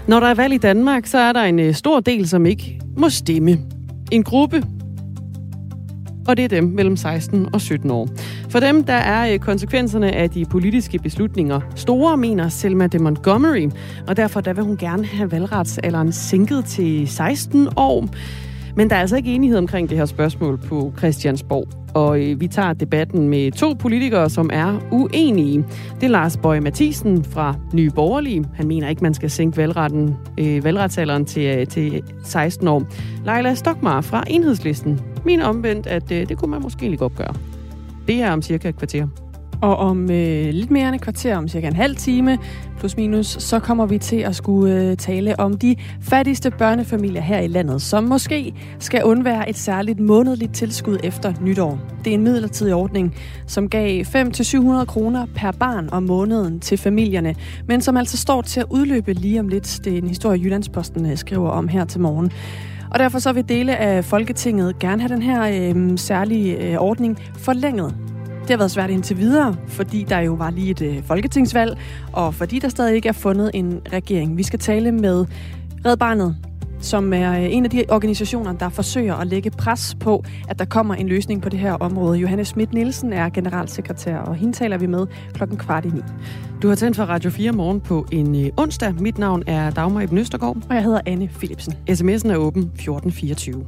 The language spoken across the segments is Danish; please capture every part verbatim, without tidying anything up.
Når der er valg i Danmark, så er der en stor del, som ikke må stemme. En gruppe, og det er dem mellem seksten og sytten år. For dem, der er konsekvenserne af de politiske beslutninger store, mener Selma de Montgomery, og derfor der vil hun gerne have valgretsalderen sænket til seksten år. Men der er altså ikke enighed omkring det her spørgsmål på Christiansborg. Og vi tager debatten med to politikere, som er uenige. Det er Lars Boje Mathiesen fra Nye Borgerlige. Han mener ikke, man skal sænke valgretten, øh, valgretsalderen til, til seksten år. Leila Stokmar fra Enhedslisten mener omvendt, at øh, det kunne man måske lige godt gøre. Det er om cirka et kvarter. Og om øh, lidt mere end et kvarter, om cirka en halv time, plus minus, så kommer vi til at skulle øh, tale om de fattigste børnefamilier her i landet, som måske skal undvære et særligt månedligt tilskud efter nytår. Det er en midlertidig ordning, som gav fem til syv hundrede kroner per barn om måneden til familierne, men som altså står til at udløbe lige om lidt. Det er en historie, Jyllandsposten skriver om her til morgen. Og derfor så vil dele af Folketinget gerne have den her øh, særlige øh, ordning forlænget. Det har været svært indtil videre, fordi der jo var lige et øh, folketingsvalg, og fordi der stadig ikke er fundet en regering. Vi skal tale med Red Barnet, som er øh, en af de organisationer, der forsøger at lægge pres på, at der kommer en løsning på det her område. Johanne Schmidt Nielsen er generalsekretær, og hende taler vi med klokken kvart i ni. Du har tændt for Radio fire morgen på en øh, onsdag. Mit navn er Dagmar Eben Østergaard. Og jeg hedder Anne Philipsen. sms'en er åben fjorten fireogtyve.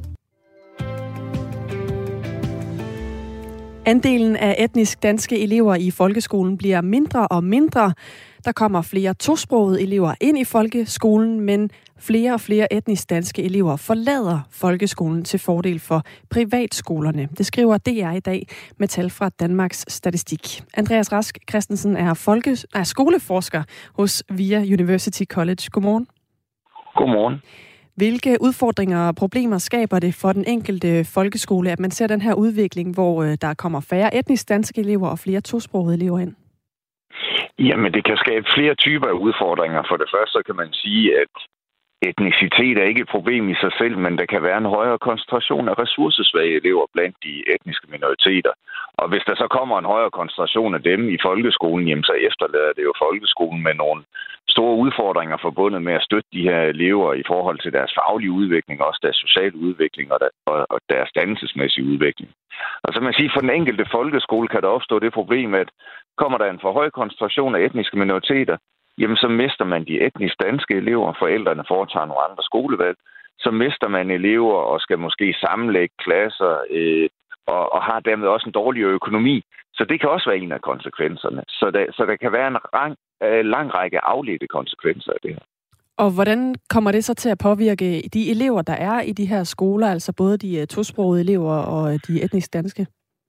Andelen af etnisk danske elever i folkeskolen bliver mindre og mindre. Der kommer flere tosprogede elever ind i folkeskolen, men flere og flere etnisk danske elever forlader folkeskolen til fordel for privatskolerne. Det skriver D R i dag med tal fra Danmarks Statistik. Andreas Rask Christensen er, folke, er skoleforsker hos VIA University College. Godmorgen. Godmorgen. Hvilke udfordringer og problemer skaber det for den enkelte folkeskole, at man ser den her udvikling, hvor øh, der kommer færre etnisk danske elever og flere tosprogede elever ind? Jamen, det kan skabe flere typer af udfordringer. For det første, så kan man sige, at etnicitet er ikke et problem i sig selv, men der kan være en højere koncentration af ressourcesvage elever blandt de etniske minoriteter. Og hvis der så kommer en højere koncentration af dem i folkeskolen, jamen så efterlader det jo folkeskolen med nogle store udfordringer forbundet med at støtte de her elever i forhold til deres faglige udvikling, også deres sociale udvikling og, der, og deres dannelsesmæssige udvikling. Og så man siger, for den enkelte folkeskole kan der opstå det problem, at kommer der en for høj koncentration af etniske minoriteter, jamen så mister man de etnisk danske elever, forældrene foretager nogle andre skolevalg, så mister man elever og skal måske sammenlægge klasser øh, og, og har dermed også en dårligere økonomi. Så det kan også være en af konsekvenserne. Så der, så der kan være en rang, øh, lang række afledte konsekvenser af det her. Og hvordan kommer det så til at påvirke de elever, der er i de her skoler, altså både de tosprogede elever og de etnisk danske?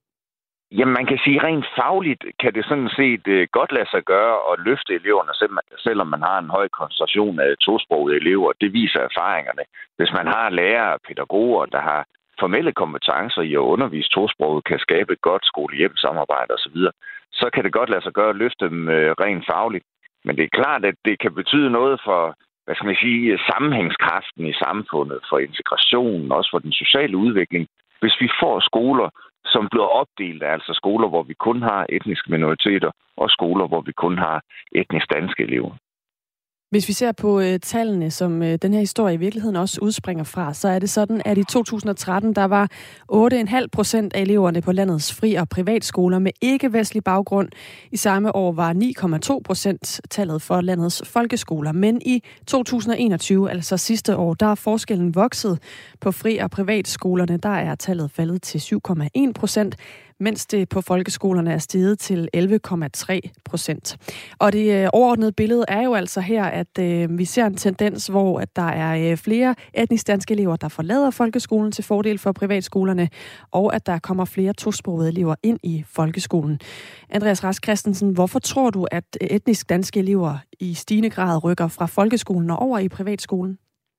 Jamen, man kan sige, rent fagligt kan det sådan set øh, godt lade sig gøre at løfte eleverne, selv, selvom man har en høj koncentration af tosprogede elever. Det viser erfaringerne. Hvis man har lærere og pædagoger, der har formelle kompetencer i at undervise tosproget, kan skabe et godt skole-hjem-samarbejde osv., så kan det godt lade sig gøre at løfte dem øh, rent fagligt. Men det er klart, at det kan betyde noget for, hvad skal man sige, sammenhængskraften i samfundet, for integrationen, også for den sociale udvikling, hvis vi får skoler, som bliver opdelt, altså skoler, hvor vi kun har etniske minoriteter, og skoler, hvor vi kun har etnisk danske elever. Hvis vi ser på øh, tallene, som øh, den her historie i virkeligheden også udspringer fra, så er det sådan, at i to tusind og tretten, der var otte komma fem procent af eleverne på landets fri- og privatskoler med ikke-vestlig baggrund. I samme år var ni komma to procent tallet for landets folkeskoler. Men i to tusind og enogtyve, altså sidste år, der er forskellen vokset på fri- og privatskolerne. Der er tallet faldet til syv komma en procent. Mens det på folkeskolerne er steget til elleve komma tre procent. Og det øh, overordnede billede er jo altså her, at øh, vi ser en tendens, hvor at der er øh, flere etnisk danske elever, der forlader folkeskolen til fordel for privatskolerne, og at der kommer flere tosprogede elever ind i folkeskolen. Andreas Rask Christensen, hvorfor tror du, at etnisk danske elever i stigende grad rykker fra folkeskolen og over i privatskolen?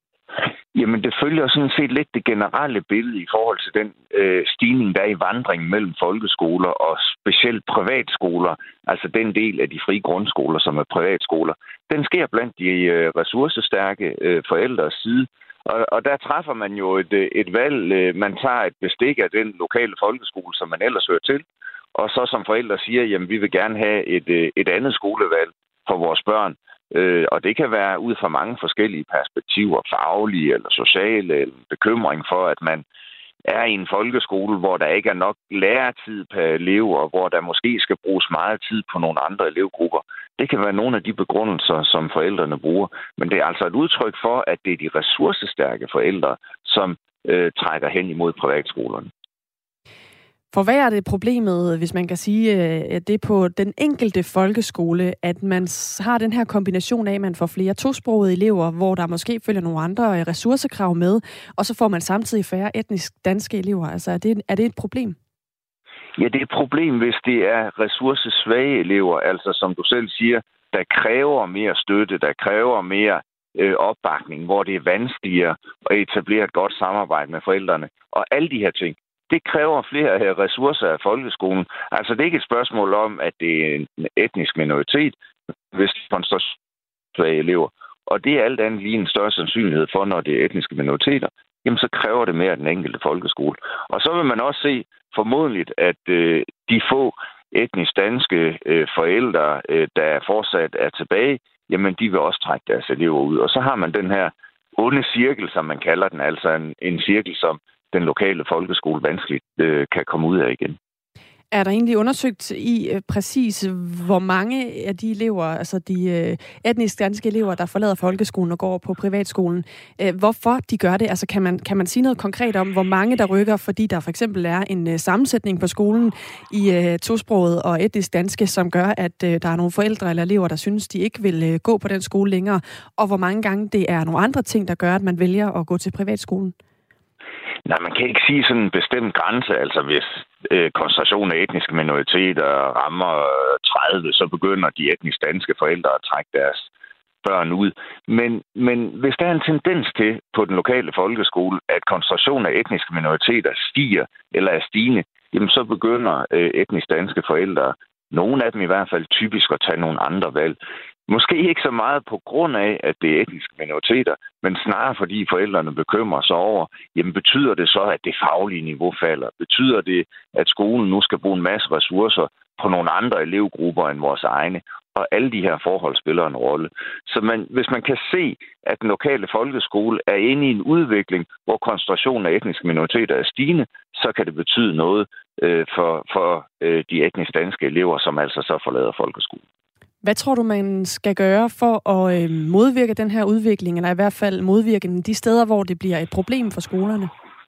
Jamen, det følger sådan set lidt det generelle billede i forhold til den øh, stigning, der er i vandringen mellem folkeskoler og specielt privatskoler, altså den del af de frie grundskoler, som er privatskoler. Den sker blandt de øh, ressourcestærke øh, forældres side, og, og der træffer man jo et, et valg. Øh, man tager et bestik af den lokale folkeskole, som man ellers hører til, og så som forældre siger, jamen vi vil gerne have et, øh, et andet skolevalg for vores børn. Øh, og det kan være ud fra mange forskellige perspektiver, faglige eller sociale, eller bekymring for, at man er i en folkeskole, hvor der ikke er nok lærertid per elev, og hvor der måske skal bruges meget tid på nogle andre elevgrupper. Det kan være nogle af de begrundelser, som forældrene bruger. Men det er altså et udtryk for, at det er de ressourcestærke forældre, som øh, trækker hen imod privatskolerne. Forværrer det problemet, hvis man kan sige, at det er på den enkelte folkeskole, at man har den her kombination af, at man får flere tosprogede elever, hvor der måske følger nogle andre ressourcekrav med, og så får man samtidig færre etnisk danske elever. Altså, er det, er det et problem? Ja, det er et problem, hvis det er ressourcesvage elever, altså som du selv siger, der kræver mere støtte, der kræver mere øh, opbakning, hvor det er vanskeligere at etablere et godt samarbejde med forældrene, og alle de her ting. Det kræver flere ressourcer af folkeskolen. Altså, det er ikke et spørgsmål om, at det er en etnisk minoritet, hvis det er svage elever. Og det er alt andet lige en større sandsynlighed for, når det er etniske minoriteter. Jamen, så kræver det mere af den enkelte folkeskole. Og så vil man også se formodentligt, at øh, de få etnisk danske øh, forældre, øh, der fortsat er tilbage, jamen, de vil også trække deres elever ud. Og så har man den her onde cirkel, som man kalder den, altså en, en cirkel, som den lokale folkeskole vanskeligt øh, kan komme ud af igen. Er der egentlig undersøgt i øh, præcis, hvor mange af de elever, altså de øh, etnisk danske elever, der forlader folkeskolen og går på privatskolen, øh, hvorfor de gør det? Altså kan man, kan man sige noget konkret om, hvor mange der rykker, fordi der for eksempel er en øh, sammensætning på skolen i øh, tosproget og etnisk danske, som gør, at øh, der er nogle forældre eller elever, der synes, de ikke vil øh, gå på den skole længere, og hvor mange gange det er nogle andre ting, der gør, at man vælger at gå til privatskolen? Nej, man kan ikke sige sådan en bestemt grænse. Altså, hvis øh, koncentrationen af etniske minoriteter rammer tredive, så begynder de etnisk danske forældre at trække deres børn ud. Men, men hvis der er en tendens til på den lokale folkeskole, at koncentrationen af etniske minoriteter stiger eller er stigende, jamen så begynder øh, etnisk danske forældre, nogle af dem i hvert fald typisk, at tage nogle andre valg. Måske ikke så meget på grund af, at det er etniske minoriteter, men snarere fordi forældrene bekymrer sig over, jamen betyder det så, at det faglige niveau falder? Betyder det, at skolen nu skal bruge en masse ressourcer på nogle andre elevgrupper end vores egne? Og alle de her forhold spiller en rolle. Så man, hvis man kan se, at den lokale folkeskole er inde i en udvikling, hvor koncentrationen af etniske minoriteter er stigende, så kan det betyde noget øh, for, for øh, de etnisk danske elever, som altså så forlader folkeskolen. Hvad tror du, man skal gøre for at øh, modvirke den her udvikling, eller i hvert fald modvirke den de steder, hvor det bliver et problem for skolerne?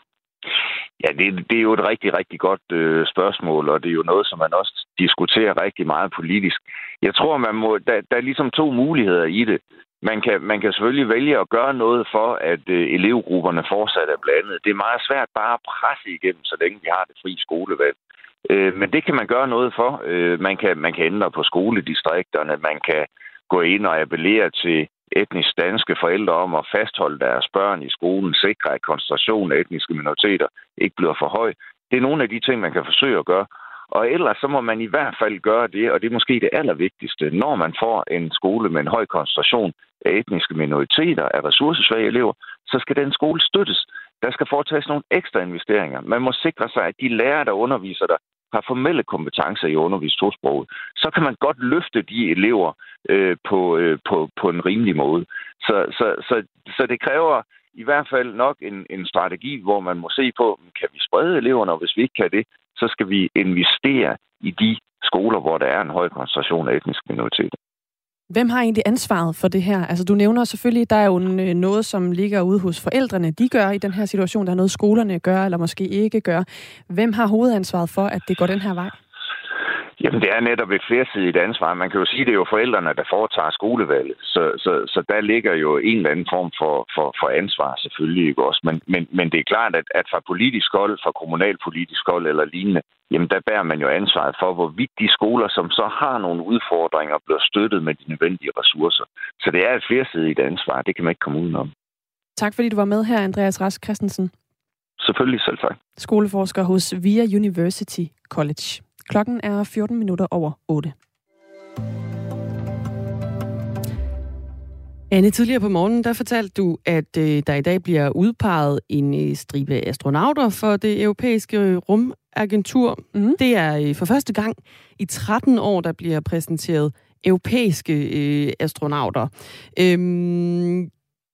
Ja, det, det er jo et rigtig, rigtig godt øh, spørgsmål, og det er jo noget, som man også diskuterer rigtig meget politisk. Jeg tror, man må, der, der er ligesom to muligheder i det. Man kan, man kan selvfølgelig vælge at gøre noget for, at øh, elevgrupperne fortsat er blandet. Det er meget svært bare at presse igennem, så længe vi har det fri skolevalg. Øh, men det kan man gøre noget for. Øh, man, kan, man kan ændre på skoledistrikterne, man kan gå ind og appellere til etnisk danske forældre om at fastholde deres børn i skolen, sikre, at koncentrationen af etniske minoriteter ikke bliver for høj. Det er nogle af de ting, man kan forsøge at gøre. Og ellers så må man i hvert fald gøre det, og det er måske det allervigtigste. Når man får en skole med en høj koncentration af etniske minoriteter, af ressourcesvage elever, så skal den skole støttes. Der skal foretages nogle ekstra investeringer. Man må sikre sig, at de lærere, der underviser der, har formelle kompetencer i at undervise tosproget. Så kan man godt løfte de elever øh, på, øh, på, på en rimelig måde. Så, så, så, så det kræver i hvert fald nok en, en strategi, hvor man må se på, kan vi sprede eleverne, og hvis vi ikke kan det, så skal vi investere i de skoler, hvor der er en høj koncentration af etniske minoriteter. Hvem har egentlig ansvaret for det her? Altså, du nævner selvfølgelig, der er jo noget, som ligger ude hos forældrene. De gør i den her situation, der er noget, skolerne gør, eller måske ikke gør. Hvem har hovedansvaret for, at det går den her vej? Jamen, det er netop et flersidigt ansvar. Man kan jo sige, at det er jo forældrene, der foretager skolevalget. Så, så, så der ligger jo en eller anden form for, for, for ansvar selvfølgelig ikke også. Men, men, men det er klart, at, at fra politisk hold, fra kommunalpolitisk hold eller lignende, jamen der bærer man jo ansvaret for, hvorvidt de skoler, som så har nogle udfordringer, bliver støttet med de nødvendige ressourcer. Så det er et flersidigt ansvar. Det kan man ikke komme udenom. Tak fordi du var med her, Andreas Rask Christensen. Selvfølgelig, selv tak. Skoleforsker hos V I A University College. Klokken er fjorten minutter over otte. Anne, tidligere på morgenen, der fortalte du, at øh, der i dag bliver udpeget en stribe astronauter for det europæiske rumagentur. Mm. Det er øh, for første gang i tretten år, der bliver præsenteret europæiske øh, astronauter. Øhm,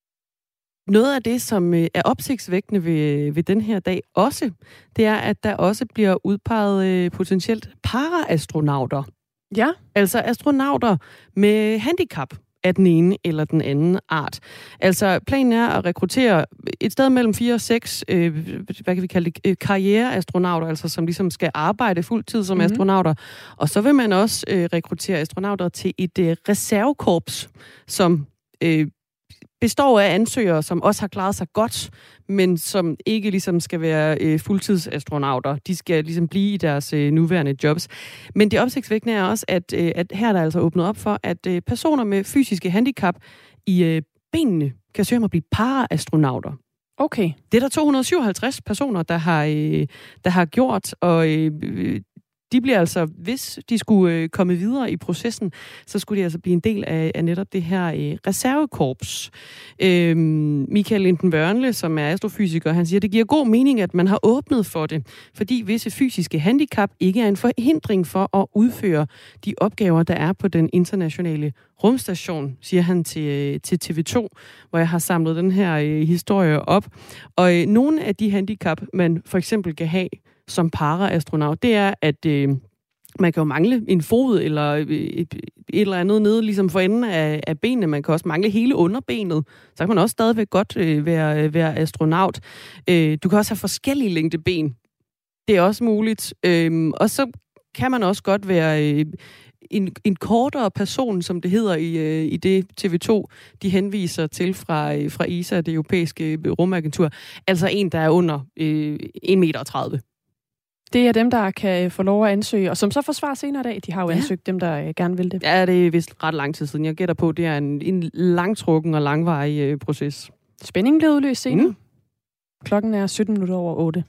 noget af det, som øh, er opsigtsvækkende ved, ved den her dag også, det er, at der også bliver udpeget øh, potentielt paraastronauter. Ja. Altså astronauter med handicap af den ene eller den anden art. Altså, planen er at rekruttere et sted mellem fire og seks, øh, hvad kan vi kalde det, øh, karriereastronauter, altså som ligesom skal arbejde fuldtid som mm-hmm. astronauter. Og så vil man også øh, rekruttere astronauter til et øh, reservekorps, som øh, består af ansøgere, som også har klaret sig godt, men som ikke ligesom skal være øh, fuldtidsastronauter. De skal ligesom blive i deres øh, nuværende jobs. Men det opsigtsvækkende er også, at, øh, at her er der altså åbnet op for, at øh, personer med fysiske handicap i øh, benene kan søge om at blive paraastronauter. Okay. Det er der to hundrede syvoghalvtreds personer, der har, øh, der har gjort, og øh, de bliver altså, hvis de skulle øh, komme videre i processen, så skulle de altså blive en del af, af netop det her øh, reservekorps. Øh, Michael Linden Børnle, som er astrofysiker, han siger, at det giver god mening, at man har åbnet for det, fordi visse fysiske handicap ikke er en forhindring for at udføre de opgaver, der er på den internationale rumstation, siger han til, til T V to, hvor jeg har samlet den her øh, historie op. Og øh, nogle af de handicap, man for eksempel kan have som paraastronaut, det er, at øh, man kan jo mangle en fod eller et, et eller andet nede ligesom for enden af, af benene. Man kan også mangle hele underbenet. Så kan man også stadigvæk godt øh, være, være astronaut. Øh, du kan også have forskellige længde ben. Det er også muligt. Øh, og så kan man også godt være øh, en, en kortere person, som det hedder i, øh, i det T V to, de henviser til fra, øh, fra E S A, det europæiske rumagentur. Altså en, der er under øh, en meter tredive. Det er dem, der kan få lov at ansøge, og som så får svar senere i dag. De har jo ja. ansøgt dem, der gerne vil det. Ja, det er vist ret lang tid siden. Jeg gætter på, det er en, en langtrukken og langvarig øh, proces. Spændingen bliver udløst senere. Mm. Klokken er sytten minutter over otte.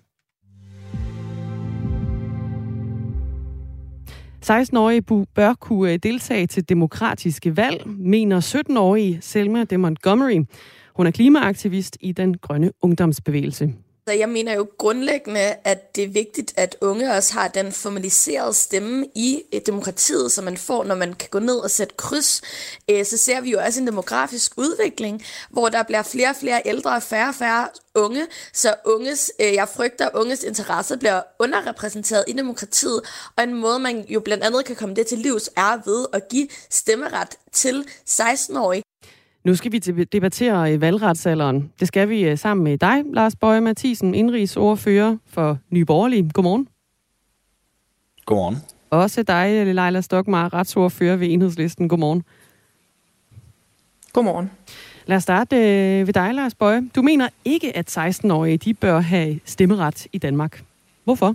seksten-årige bør kunne deltage til demokratiske valg, mener sytten-årige Selma de Montgomery. Hun er klimaaktivist i den grønne ungdomsbevægelse. Så jeg mener jo grundlæggende, at det er vigtigt, at unge også har den formaliserede stemme i demokratiet, som man får, når man kan gå ned og sætte kryds. Så ser vi jo også en demografisk udvikling, hvor der bliver flere og flere ældre og færre og færre unge. Så unges, jeg frygter, at unges interesser bliver underrepræsenteret i demokratiet. Og en måde, man jo blandt andet kan komme det til livs, er ved at give stemmeret til seksten-årige. Nu skal vi debattere valgretsalderen. Det skal vi sammen med dig, Lars Boje Mathiesen, indrigsordfører for Nye Borgerlige. Godmorgen. Godmorgen. Også dig, Leila Stokmar, retsordfører ved Enhedslisten. Godmorgen. Godmorgen. Lad os starte ved dig, Lars Boje. Du mener ikke, at seksten-årige de bør have stemmeret i Danmark. Hvorfor?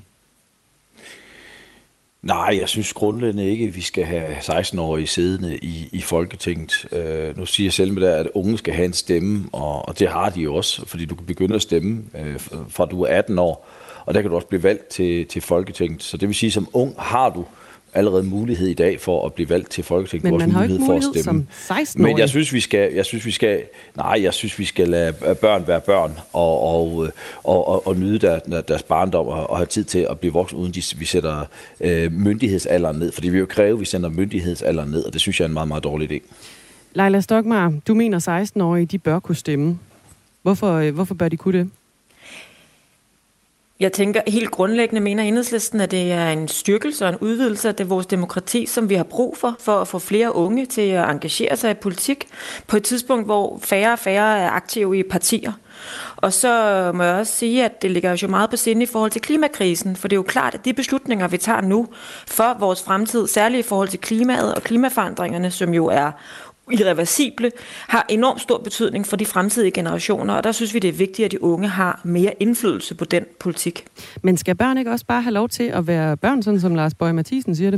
Nej, jeg synes grundlæggende ikke, at vi skal have seksten-årige siddende i, i Folketinget. Øh, nu siger jeg selv med det, at unge skal have en stemme, og, og det har de jo også, fordi du kan begynde at stemme øh, fra du er atten år, og der kan du også blive valgt til, til Folketinget. Så det vil sige, at som ung har du allerede mulighed i dag for at blive valgt til Folketinget. Men man har ikke mulighed som seksten-årig. Men jeg synes, vi skal, jeg synes, vi skal, nej, jeg synes, vi skal lade børn være børn og, og, og, og, og nyde der, deres barndom og, og have tid til at blive voksen, uden de, vi sætter øh, myndighedsalderen ned. Fordi vi jo kræver, at vi sender myndighedsalderen ned, og det synes jeg er en meget, meget dårlig idé. Leila Stokmar, du mener seksten-årige, de bør kunne stemme. Hvorfor, hvorfor bør de kunne det? Jeg tænker helt grundlæggende, mener Enhedslisten, at det er en styrkelse og en udvidelse af det vores demokrati, som vi har brug for, for at få flere unge til at engagere sig i politik på et tidspunkt, hvor færre og færre er aktive i partier. Og så må jeg også sige, at det ligger jo meget på sinde i forhold til klimakrisen, for det er jo klart, at de beslutninger, vi tager nu for vores fremtid, særligt i forhold til klimaet og klimaforandringerne, som jo er irreversible, har enormt stor betydning for de fremtidige generationer, og der synes vi, det er vigtigt, at de unge har mere indflydelse på den politik. Men skal børn ikke også bare have lov til at være børn, sådan som Lars Boje Mathiesen siger det?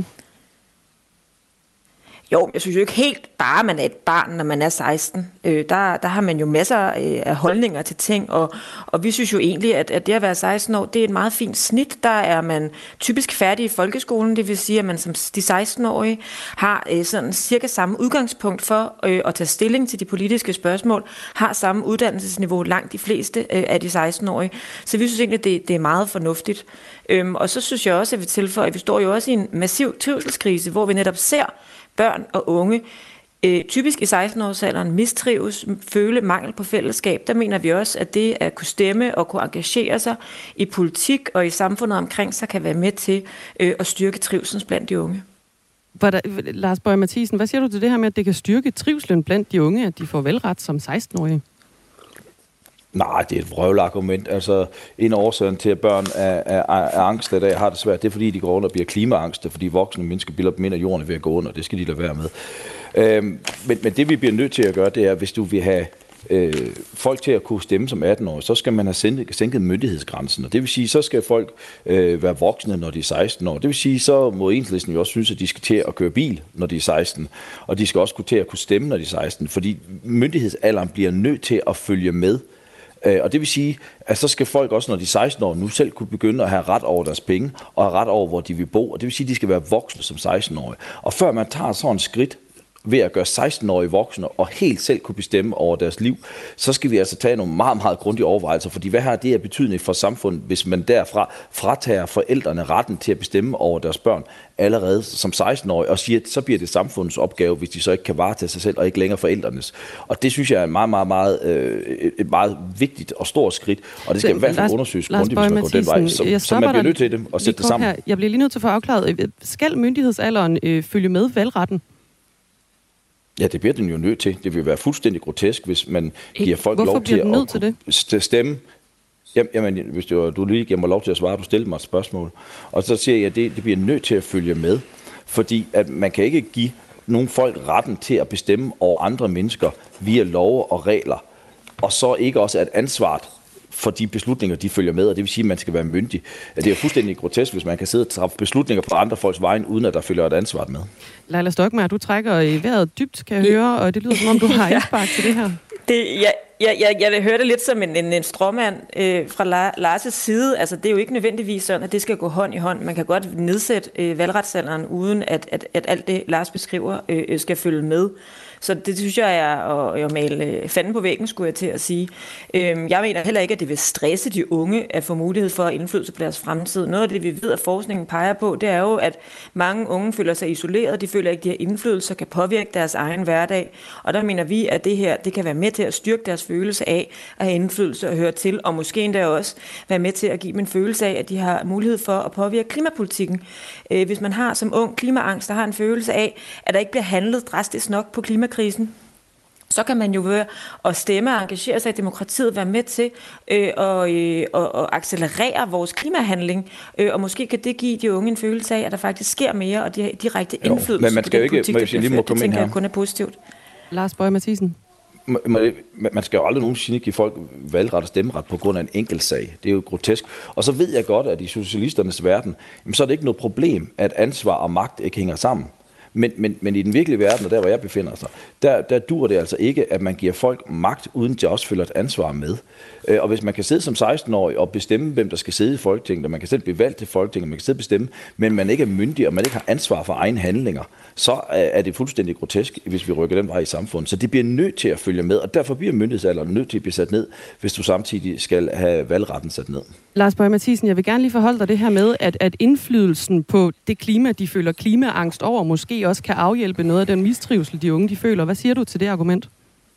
Jo, jeg synes jo ikke helt bare, at man er et barn, når man er seksten. Øh, der, der har man jo masser af holdninger til ting, og, og vi synes jo egentlig, at, at det at være seksten år, det er et meget fint snit. Der er man typisk færdig i folkeskolen, det vil sige, at man som de seksten-årige har øh, sådan cirka samme udgangspunkt for øh, at tage stilling til de politiske spørgsmål, har samme uddannelsesniveau langt de fleste øh, af de seksten-årige. Så vi synes egentlig, det, det er meget fornuftigt. Øhm, og så synes jeg også, at vi tilføjer, at vi står jo også i en massiv trivselskrise, hvor vi netop ser børn og unge øh, typisk i seksten-årsalderen mistrives, føle mangel på fællesskab, der mener vi også, at det at kunne stemme og kunne engagere sig i politik og i samfundet omkring sig, kan være med til øh, at styrke trivslen blandt de unge. Der, Lars Boje Mathiesen, hvad siger du til det her med, at det kan styrke trivslen blandt de unge, at de får valgret som seksten-årige? Nej, det er et vrøvlargument. Altså, en af årsagen til, at børn er, er, er angst i dag, har det svært, det er, fordi de går under og bliver klimaangste, fordi voksne mennesker bilder dem ind af jorden ved at gå under. Det skal de lade være med. Øhm, men, men det, vi bliver nødt til at gøre, det er, hvis du vil have øh, folk til at kunne stemme som atten-årige, så skal man have sænket, sænket myndighedsgrænsen. Og det vil sige, så skal folk øh, være voksne, når de er seksten år. Det vil sige, så må Enhedslisten jo også synes, at de skal til at køre bil, når de er seksten. Og de skal også kunne til at kunne stemme, når de er seksten. Fordi myndighedsalderen bliver nødt til at følge med. Og det vil sige, at så skal folk også, når de er seksten år, nu selv kunne begynde at have ret over deres penge, og have ret over, hvor de vil bo. Og det vil sige, at de skal være voksne som seksten-årige. Og før man tager sådan et skridt ved at gøre seksten-årige voksne og helt selv kunne bestemme over deres liv, så skal vi altså tage nogle meget, meget grundige overvejelser. Fordi hvad har det af betydning for samfundet, hvis man derfra fratager forældrene retten til at bestemme over deres børn allerede som seksten-årige, og siger, at så bliver det samfundets opgave, hvis de så ikke kan varetage sig selv, og ikke længere forældrenes. Og det synes jeg er et meget, meget, meget, øh, et meget vigtigt og stort skridt, og det skal så, i hvert fald undersøges grundigt, hvis man går den vej. Så, så man bliver nødt til det og sætte det sammen. Her. Jeg bliver lige nødt til at få afklaret, skal myndighedsalderen øh, følge med valgretten? Ja, det bliver den jo nødt til. Det vil være fuldstændig grotesk, hvis man giver folk Hvorfor lov til at til det? stemme. Jamen, hvis du, du lige giver mig lov til at svare, du stiller mig et spørgsmål. Og så siger jeg, at det, det bliver nødt til at følge med. Fordi at man kan ikke give nogle folk retten til at bestemme over andre mennesker via love og regler. Og så ikke også at ansvaret for de beslutninger, de følger med, og det vil sige, at man skal være myndig. Det er fuldstændig grotesk, hvis man kan sidde og træffe beslutninger på andre folks vegne, uden at der følger et ansvar med. Laila Stokmeier, du trækker i vejret dybt, kan jeg høre, og det lyder som om, du har indspark til det her. Det, jeg, jeg, jeg, jeg hørte lidt som en, en, en stråmand øh, fra Lars' side. Altså, det er jo ikke nødvendigvis sådan, at det skal gå hånd i hånd. Man kan godt nedsætte øh, valgretsalderen, uden at, at, at alt det, Lars beskriver, øh, skal følge med. Så det synes jeg er at, at male fanden på væggen, skulle jeg til at sige. Øhm, jeg mener heller ikke, at det vil stresse de unge at få mulighed for at indflydelse på deres fremtid. Noget af det, vi ved, at forskningen peger på, det er jo, at mange unge føler sig isoleret. De føler ikke, at de har indflydelse og kan påvirke deres egen hverdag. Og der mener vi, at det her det kan være med til at styrke deres følelse af at have indflydelse og høre til, og måske endda også være med til at give dem en følelse af, at de har mulighed for at påvirke klimapolitikken. Øh, hvis man har som ung klimaangst, der har en følelse af, at der ikke bliver handlet drastisk nok på klimakrisen, så kan man jo ved at stemme og engagere sig i demokratiet være med til øh, at, øh, at accelerere vores klimahandling, øh, og måske kan det give de unge en følelse af, at der faktisk sker mere, og de har direkte indflydelse jo, men man skal på den ikke, politik, der bliver ført. Det tænker jeg kun er positivt. Lars Boje Mathiesen. Man skal jo aldrig nogensinde give folk valgret og stemmeret på grund af en enkelt sag. Det er jo grotesk. Og så ved jeg godt, at i socialisternes verden, så er det ikke noget problem, at ansvar og magt ikke hænger sammen. Men, men, men i den virkelige verden, og der hvor jeg befinder sig, der, der dur det altså ikke, at man giver folk magt, uden at de også følger et ansvar med. Og hvis man kan sidde som seksten-årig og bestemme, hvem der skal sidde i Folketinget, og man kan selv blive valgt til Folketinget, man kan sidde og bestemme, men man ikke er myndig, og man ikke har ansvar for egne handlinger, så er det fuldstændig grotesk, hvis vi rykker den vej i samfundet. Så det bliver nødt til at følge med, og derfor bliver myndighedsalderen nødt til at blive sat ned, hvis du samtidig skal have valgretten sat ned. Lars Boje Mathiesen, jeg vil gerne lige forholde dig det her med, at, at indflydelsen på det klima, de føler klimaangst over, måske også kan afhjælpe noget af den mistrivsel, de unge de føler. Hvad siger du til det argument?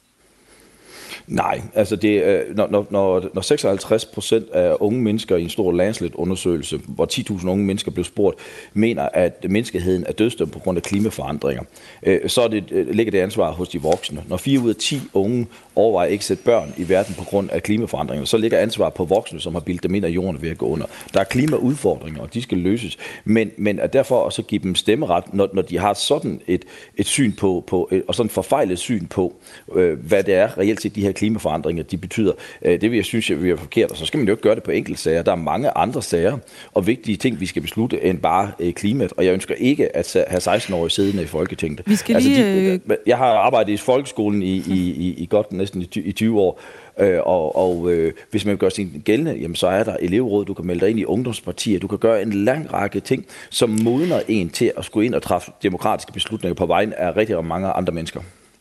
Nej, altså det, når, når, når seksoghalvtreds procent af unge mennesker i en stor Lancet-undersøgelse, hvor ti tusind unge mennesker blev spurgt, mener, at menneskeheden er dødsdømt på grund af klimaforandringer, så er det, ligger det ansvar hos de voksne. Når fire ud af ti unge overvejer ikke at sætte børn i verden på grund af klimaforandringer, så ligger ansvar på voksne, som har bildet dem ind af jorden ved at gå under. Der er klimaudfordringer, og de skal løses. Men, men at derfor også give dem stemmeret, når, når de har sådan et, et syn på, på et, og sådan et forfejlet syn på, øh, hvad det er reelt set de her klimaforandringer, de betyder. Det vil jeg synes, jeg vil være forkert, og så skal man jo ikke gøre det på enkelte sager. Der er mange andre sager og vigtige ting, vi skal beslutte, end bare klimaet. Og jeg ønsker ikke at have seksten-årige siddende i Folketinget. Vi skal lige... altså, de, jeg har arbejdet i folkeskolen i, i, i, i godt næsten i tyve år, øh, og, og øh, hvis man gør sin gældende, jamen, så er der elevråd, du kan melde dig ind i ungdomspartier, du kan gøre en lang række ting, som modner en til at skulle ind og træffe demokratiske beslutninger på vegne af rigtig mange andre mennesker.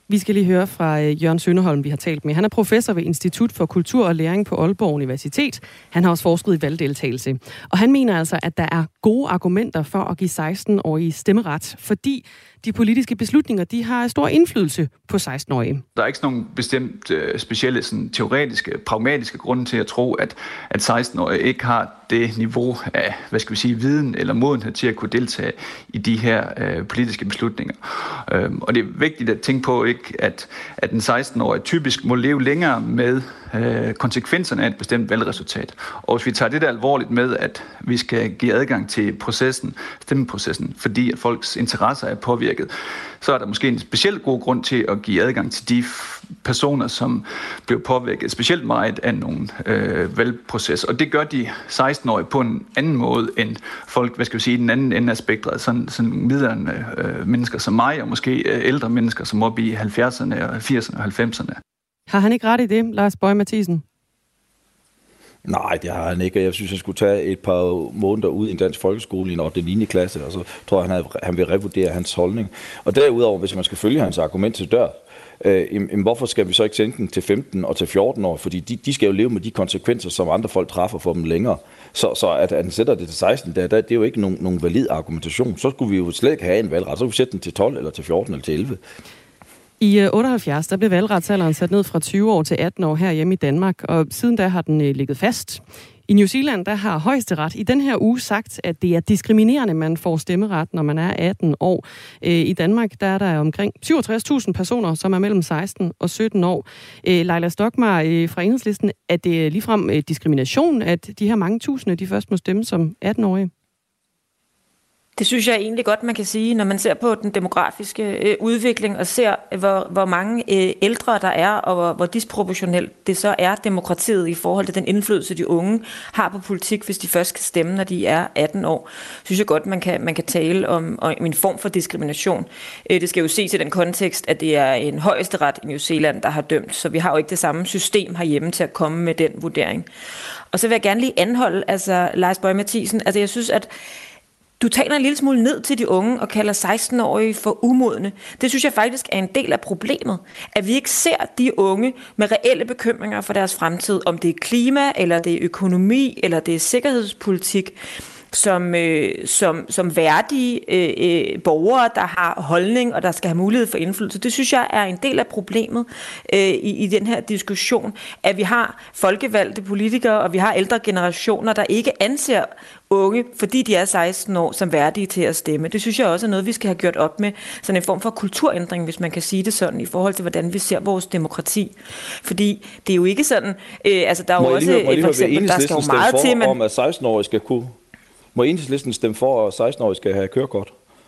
Vi skal lige høre fra Jørgen Sønderholm, vi har talt med. Han er professor ved Institut for Kultur og Læring på Aalborg Universitet. Han har også forsket i valgdeltagelse. Og han mener altså, at der er gode argumenter for at give seksten-årige stemmeret, fordi de politiske beslutninger, de har stor indflydelse på seksten-årige. Der er ikke nogen bestemt uh, specielle sådan, teoretiske, pragmatiske grunde til at tro, at, at seksten-årige ikke har det niveau af, hvad skal vi sige, viden eller modenhed til at kunne deltage i de her uh, politiske beslutninger. Uh, og det er vigtigt at tænke på, ikke, at, at en seksten-årig typisk må leve længere med uh, konsekvenserne af et bestemt valgresultat. Og hvis vi tager det der alvorligt med, at vi skal give adgang til processen, stemmeprocessen, fordi at folks interesser er påvirket, så er der måske en specielt god grund til at give adgang til de personer, som blev påvirket specielt meget af nogle øh, valgproces. Og det gør de seksten-årige på en anden måde end folk, hvad skal vi sige, den anden ende af spektret, sådan, sådan midlerne øh, mennesker som mig, og måske øh, ældre mennesker, som op i halvfjerdserne og firserne og halvfemserne. Har han ikke ret i det, Lars Boje Mathiesen? Nej, det har han ikke. Jeg synes, han skulle tage et par måneder ud i en dansk folkeskole i en ottende og niende klasse, og så tror jeg, han, han vil revurdere hans holdning. Og derudover, hvis man skal følge hans argument til dør, øh, jamen, hvorfor skal vi så ikke sende den til femten og til fjorten år? Fordi de, de skal jo leve med de konsekvenser, som andre folk træffer for dem længere. Så, så at, at han sætter det til seksten, der, der, det er jo ikke nogen, nogen valid argumentation. Så skulle vi jo slet ikke have en valgret. Så skulle vi sætte den til tolv eller til fjorten eller til elleve. I otteoghalvfjerds der blev valgretsalderen sat ned fra tyve år til atten år her hjemme i Danmark, og siden da har den ligget fast. I New Zealand der har Højesteret i den her uge sagt, at det er diskriminerende, man får stemmeret, når man er atten år. I Danmark der er der omkring syvogtres tusind personer, som er mellem seksten og sytten år. Leila Stokmar fra Enhedslisten, er det ligefrem diskrimination, at de her mange tusinde, de først må stemme som atten-årige? Det synes jeg egentlig godt, man kan sige, når man ser på den demografiske øh, udvikling og ser, hvor, hvor mange øh, ældre der er, og hvor, hvor disproportionelt det så er demokratiet i forhold til den indflydelse, de unge har på politik, hvis de først kan stemme, når de er atten år. Synes jeg godt, man kan, man kan tale om, om en form for diskrimination. Øh, det skal jo ses i den kontekst, at det er en højesteret i New Zealand, der har dømt, så vi har jo ikke det samme system herhjemme til at komme med den vurdering. Og så vil jeg gerne lige anholde, altså Lars Boje Mathiesen, altså jeg synes, at du taler en lille smule ned til de unge og kalder seksten-årige for umodne. Det synes jeg faktisk er en del af problemet. At vi ikke ser de unge med reelle bekymringer for deres fremtid, om det er klima, eller det er økonomi, eller det er sikkerhedspolitik, som, øh, som, som værdige øh, borgere, der har holdning og der skal have mulighed for indflydelse. Det synes jeg er en del af problemet øh, i, i den her diskussion, at vi har folkevalgte politikere, og vi har ældre generationer, der ikke anser unge, fordi de er seksten år, som værdige til at stemme. Det synes jeg også er noget, vi skal have gjort op med. Sådan en form for kulturændring, hvis man kan sige det sådan, i forhold til, hvordan vi ser vores demokrati. Fordi det er jo ikke sådan, øh, altså der er jo også, høre, for eksempel, der skal jo meget til, men om at seksten-årige skal kunne Må Enhedslisten stemme for, at seksten-årige skal have kørekort?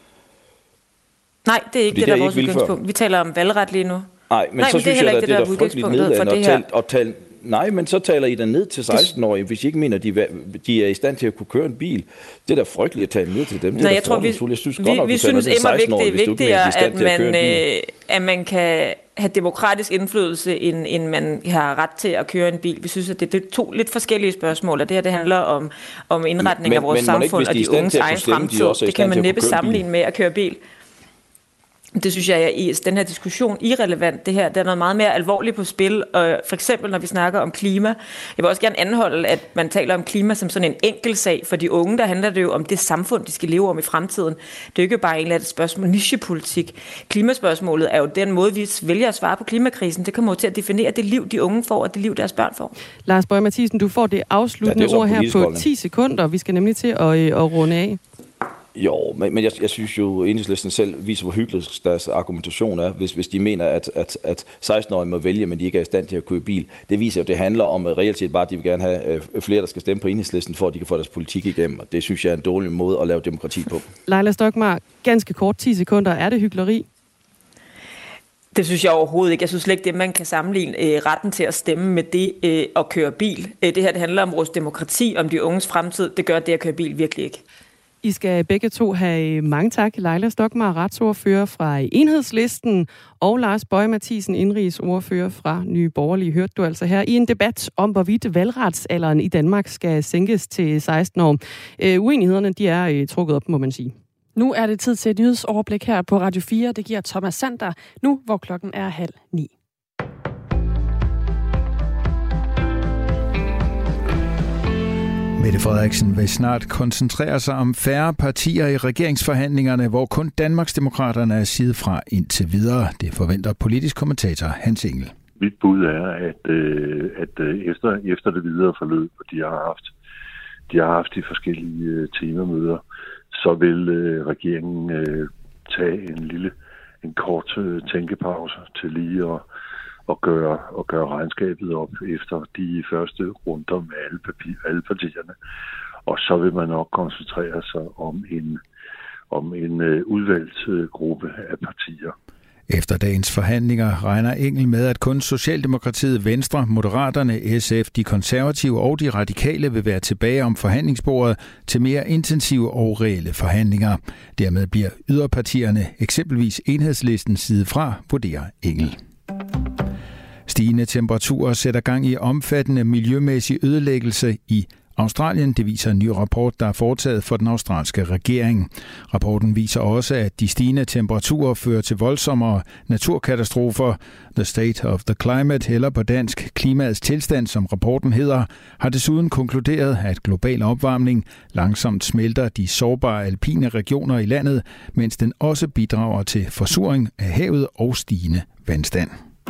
Nej, det er ikke Fordi det, der er er vores udgangspunkt. Vi taler om valgret lige nu. Nej, men Nej, så men synes det er jeg, at det, det, der er frygteligt nedladende at, at tale... Nej, men så taler I da ned til seksten-årige, hvis I ikke mener, at de, de er i stand til at kunne køre en bil. Det er da frygteligt at tale ned til dem. Nej, jeg tror, vi, jeg synes, vi, godt, vi synes immer vigtigt, det er vigtigere, at man, øh, at man kan have demokratisk indflydelse, end, end man har ret til at køre en bil. Vi synes, at det er to lidt forskellige spørgsmål, og det her det handler om, om indretning men, af vores samfund ikke, og de unges egen fremtid. De det kan man næppe sammenligne med at køre bil. Det synes jeg er i den her diskussion irrelevant. Det her, der er noget meget mere alvorligt på spil. Og for eksempel, når vi snakker om klima. Jeg vil også gerne anholde, at man taler om klima som sådan en enkel sag. For de unge, der handler det jo om det samfund, de skal leve om i fremtiden. Det er jo ikke bare en eller anden spørgsmål, nichepolitik. Klimaspørgsmålet er jo den måde, vi vælger at svare på klimakrisen. Det kommer jo til at definere det liv, de unge får, og det liv, deres børn får. Lars Boje Mathiesen, du får det afsluttende ja, det ord her på ti sekunder. Vi skal nemlig til at, at runde af. Jo, men, men jeg, jeg synes jo, at Enhedslisten selv viser, hvor hyggelig deres argumentation er, hvis, hvis de mener, at, at, at seksten-årige må vælge, men de ikke er i stand til at køre bil. Det viser jo, at det handler om at reelt set bare, at de vil gerne have flere, der skal stemme på Enhedslisten, for at de kan få deres politik igennem. Og det synes jeg er en dårlig måde at lave demokrati på. Leila Stokmar, ganske kort, ti sekunder. Er det hykleri? Det synes jeg overhovedet ikke. Jeg synes slet ikke, det man kan sammenligne øh, retten til at stemme med det øh, at køre bil. Øh, det her det handler om vores demokrati, om de unges fremtid. Det gør det at køre bil virkelig ikke. I skal begge to have mange tak. Leila Stokmar, retsordfører fra Enhedslisten, og Lars Boje Mathiesen, indrigsordfører fra Nye Borgerlige. Hørte du altså her i en debat om, hvorvidt valgretsalderen i Danmark skal sænkes til seksten år. Øh, uenighederne de er øh, trukket op, må man sige. Nu er det tid til et nyhedsoverblik her på Radio fire. Det giver Thomas Sander nu, hvor klokken er halv ni. Mette Frederiksen vil snart koncentrere sig om færre partier i regeringsforhandlingerne, hvor kun Danmarksdemokraterne er sidet fra indtil videre. Det forventer politisk kommentator Hans Engel. Mit bud er, at, øh, at efter, efter det videre forløb, de har haft, de har haft de forskellige øh, temamøder, så vil øh, regeringen øh, tage en lille, en kort øh, tænkepause til lige at, at, gøre, at gøre regnskabet op efter de første runder med alle, papir, alle partierne. Og så vil man nok koncentrere sig om en, om en øh, udvalgt øh, gruppe af partier. Efter dagens forhandlinger regner Engel med, at kun Socialdemokratiet, Venstre, Moderaterne, S F, de konservative og de radikale vil være tilbage om forhandlingsbordet til mere intensive og reelle forhandlinger. Dermed bliver yderpartierne, eksempelvis Enhedslisten, side fra, vurderer Engel. Stigende temperaturer sætter gang i omfattende miljømæssig ødelæggelse i Australien. Det viser en ny rapport, der er foretaget for den australske regering. Rapporten viser også, at de stigende temperaturer fører til voldsommere naturkatastrofer. The State of the Climate, eller på dansk klimaets tilstand, som rapporten hedder, har desuden konkluderet, at global opvarmning langsomt smelter de sårbare alpine regioner i landet, mens den også bidrager til forsuring af havet og stigende vandstand.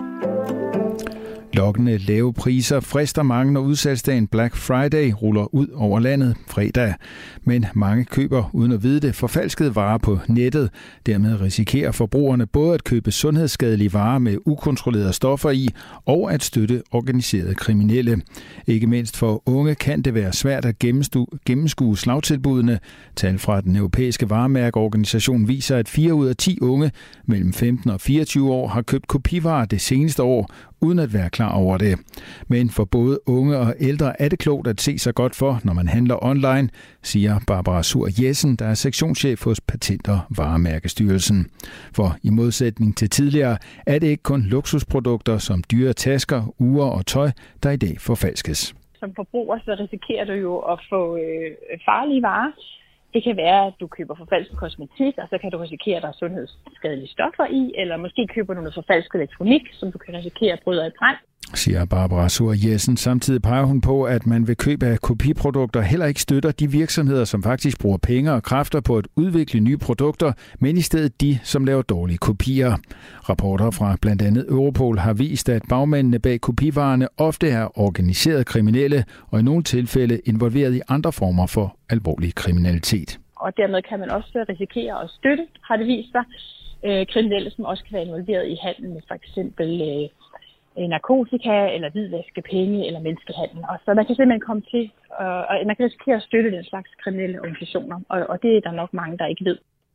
Lokkende lave priser frister mange, når udsalgsdagen Black Friday ruller ud over landet fredag. Men mange køber, uden at vide det, forfalskede varer på nettet. Dermed risikerer forbrugerne både at købe sundhedsskadelige varer med ukontrollerede stoffer i, og at støtte organiserede kriminelle. Ikke mindst for unge kan det være svært at gennemskue slagtilbudene. Tal fra den europæiske varemærkeorganisation viser, at fire ud af ti unge mellem femten og fireogtyve år har købt kopivarer det seneste år, uden at være klar over det. Men for både unge og ældre er det klogt at se sig godt for, når man handler online, siger Barbara Sur Jessen, der er sektionschef hos Patent- og Varemærkestyrelsen. For i modsætning til tidligere er det ikke kun luksusprodukter som dyre tasker, ure og tøj, der i dag forfalskes. Som forbruger så risikerer du jo at få øh, farlige varer. Det kan være, at du køber forfalsket kosmetik, og så kan du risikere, at der er sundhedsskadelige stoffer i, eller måske køber du noget forfalsket elektronik, som du kan risikere at bryde i brand. Siger Barbara Sur Jessen. Samtidig peger hun på, at man ved køb af kopiprodukter heller ikke støtter de virksomheder, som faktisk bruger penge og kræfter på at udvikle nye produkter, men i stedet de, som laver dårlige kopier. Rapporter fra blandt andet Europol har vist, at bagmændene bag kopivarerne ofte er organiserede kriminelle og i nogle tilfælde involveret i andre former for alvorlig kriminalitet. Og dermed kan man også risikere at støtte, har det vist sig, øh, kriminelle, som også kan være involveret i handel med for eksempel øh, narkotika, eller hvidvaske penge, eller menneskehandel. Og så man kan simpelthen komme til, øh, og man kan risikere at støtte den slags kriminelle organisationer, og, og det er der nok mange, der ikke ved.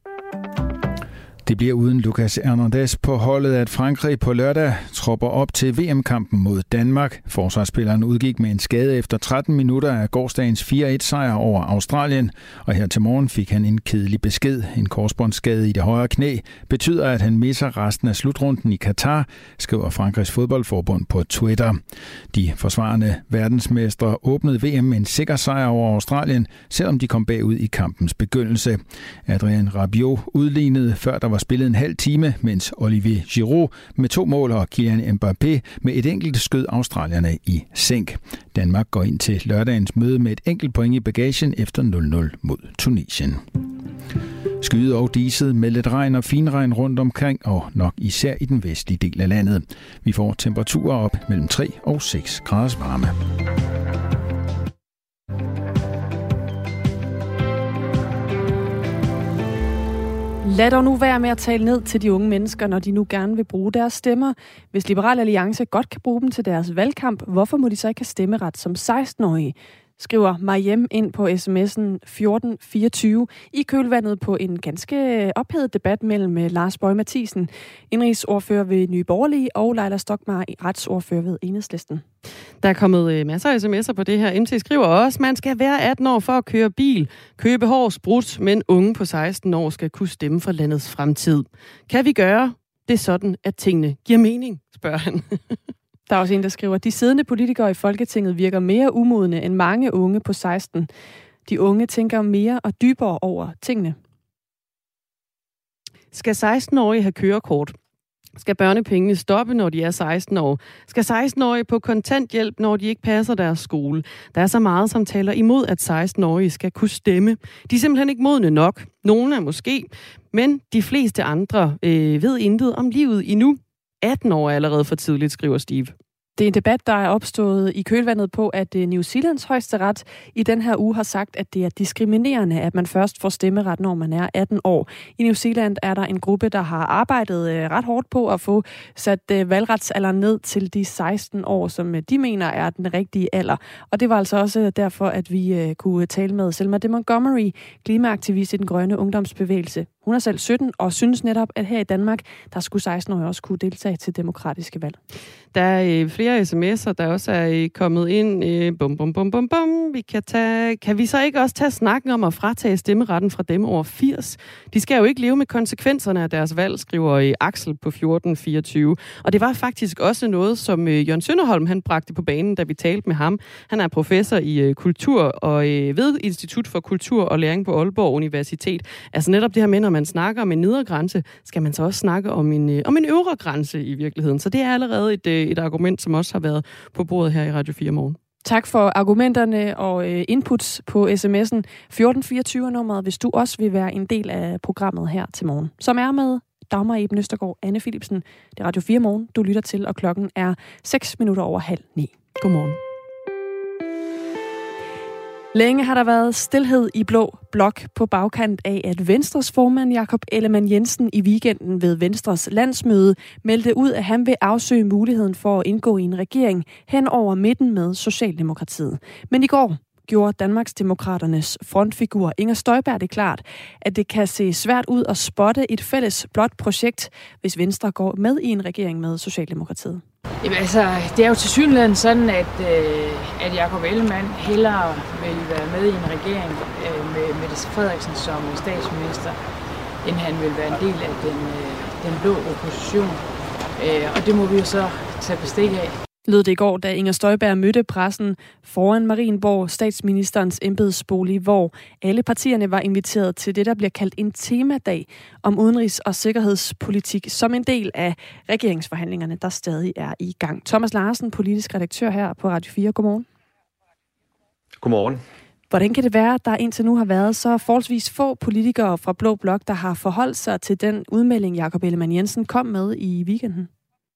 Det bliver uden Lucas Hernandez på holdet, at Frankrig på lørdag tropper op til V M-kampen mod Danmark. Forsvarsspilleren udgik med en skade efter tretten minutter af gårsdagens fire et sejr over Australien, og her til morgen fik han en kedelig besked. En korsbåndsskade i det højre knæ betyder, at han misser resten af slutrunden i Katar, skriver Frankrigs fodboldforbund på Twitter. De forsvarende verdensmestre åbnede V M med en sikker sejr over Australien, selvom de kom bagud i kampens begyndelse. Adrien Rabiot udlignede, før der var spillet en halv time, mens Olivier Giroud med to mål og Kylian Mbappé med et enkelt skød australierne i sænk. Danmark går ind til lørdagens møde med et enkelt point i bagagen efter nul nul mod Tunesien. Skyet og diset med lidt regn og finregn rundt omkring, og nok især i den vestlige del af landet. Vi får temperaturer op mellem tre og seks graders varme. Lad dog nu være med at tale ned til de unge mennesker, når de nu gerne vil bruge deres stemmer. Hvis Liberal Alliance godt kan bruge dem til deres valgkamp, hvorfor må de så ikke have stemmeret som seksten-årige? Skriver Mariem ind på sms'en fjorten fireogtyve i kølvandet på en ganske ophedet debat mellem Lars Boje Mathiesen, indrigsordfører ved Nye Borgerlige, og Leila Stokmar, retsordfører ved Enhedslisten. Der er kommet masser af sms'er på det her. M T skriver også, man skal være atten år for at køre bil, købe hårs brudt, men unge på seksten år skal kunne stemme for landets fremtid. Kan vi gøre det sådan, at tingene giver mening, spørger han. Der er også en, der skriver, de siddende politikere i Folketinget virker mere umodne end mange unge på seksten. De unge tænker mere og dybere over tingene. Skal seksten-årige have kørekort? Skal børnepengene stoppe, når de er seksten år? Skal seksten-årige på kontanthjælp, når de ikke passer deres skole? Der er så meget, som taler imod, at seksten-årige skal kunne stemme. De er simpelthen ikke modne nok. Nogle er måske, men de fleste andre øh, ved intet om livet endnu. atten år er allerede for tidligt, skriver Steve. Det er en debat, der er opstået i kølvandet på, at New Zealands højesteret i den her uge har sagt, at det er diskriminerende, at man først får stemmeret, når man er atten år. I New Zealand er der en gruppe, der har arbejdet ret hårdt på at få sat valgretsalderen ned til de seksten år, som de mener er den rigtige alder. Og det var altså også derfor, at vi kunne tale med Selma de Montgomery, klimaaktivist i den grønne ungdomsbevægelse. Hun er selv sytten og synes netop, at her i Danmark, der skulle seksten-årige også kunne deltage til demokratiske valg. Der er øh, flere sms'er, der også er øh, kommet ind. Øh, bum, bum, bum, bum, bum. Vi kan, tage, kan vi så ikke også tage snakken om at fratage stemmeretten fra dem over firs? De skal jo ikke leve med konsekvenserne af deres valg, skriver øh, Axel på fjorten fireogtyve. Og det var faktisk også noget, som øh, Jørgen Sønderholm han bragte på banen, da vi talte med ham. Han er professor i øh, kultur og øh, ved Institut for Kultur og Læring på Aalborg Universitet. Altså netop det her med, når man snakker om en nedre grænse, skal man så også snakke om en, øh, om en øvre grænse i virkeligheden. Så det er allerede et, øh, et argument, som også har været på bordet her i Radio fire Morgen. Tak for argumenterne og øh, inputs på sms'en fjorten fireogtyve nummeret, hvis du også vil være en del af programmet her til morgen. Som er med Dagmar Eben Østergaard, Anne Philipsen. Det er Radio fire Morgen, du lytter til, og klokken er seks minutter over halv ni. Godmorgen. Længe har der været stilhed i Blå Blok på bagkant af, at Venstres formand Jakob Ellemann-Jensen i weekenden ved Venstres landsmøde meldte ud, at han vil afsøge muligheden for at indgå i en regering hen over midten med Socialdemokratiet. Men i går gjorde Danmarksdemokraternes frontfigur Inger Støjberg det klart, at det kan se svært ud at spotte et fælles blåt projekt, hvis Venstre går med i en regering med Socialdemokratiet. Jamen, altså, det er jo tilsyneladende sådan, at, øh, at Jakob Ellemann hellere vil være med i en regering øh, med Mette Frederiksen som statsminister, end han vil være en del af den, øh, den blå opposition. Øh, og det må vi jo så tage bestik af. Lød det i går, da Inger Støjberg mødte pressen foran Marienborg, statsministerens embedsbolig, hvor alle partierne var inviteret til det, der bliver kaldt en temadag om udenrigs- og sikkerhedspolitik, som en del af regeringsforhandlingerne, der stadig er i gang. Thomas Larsen, politisk redaktør her på Radio fire. Godmorgen. Godmorgen. Hvordan kan det være, at der indtil nu har været så forholdsvis få politikere fra Blå Blok, der har forholdt sig til den udmelding, Jakob Ellemann-Jensen kom med i weekenden?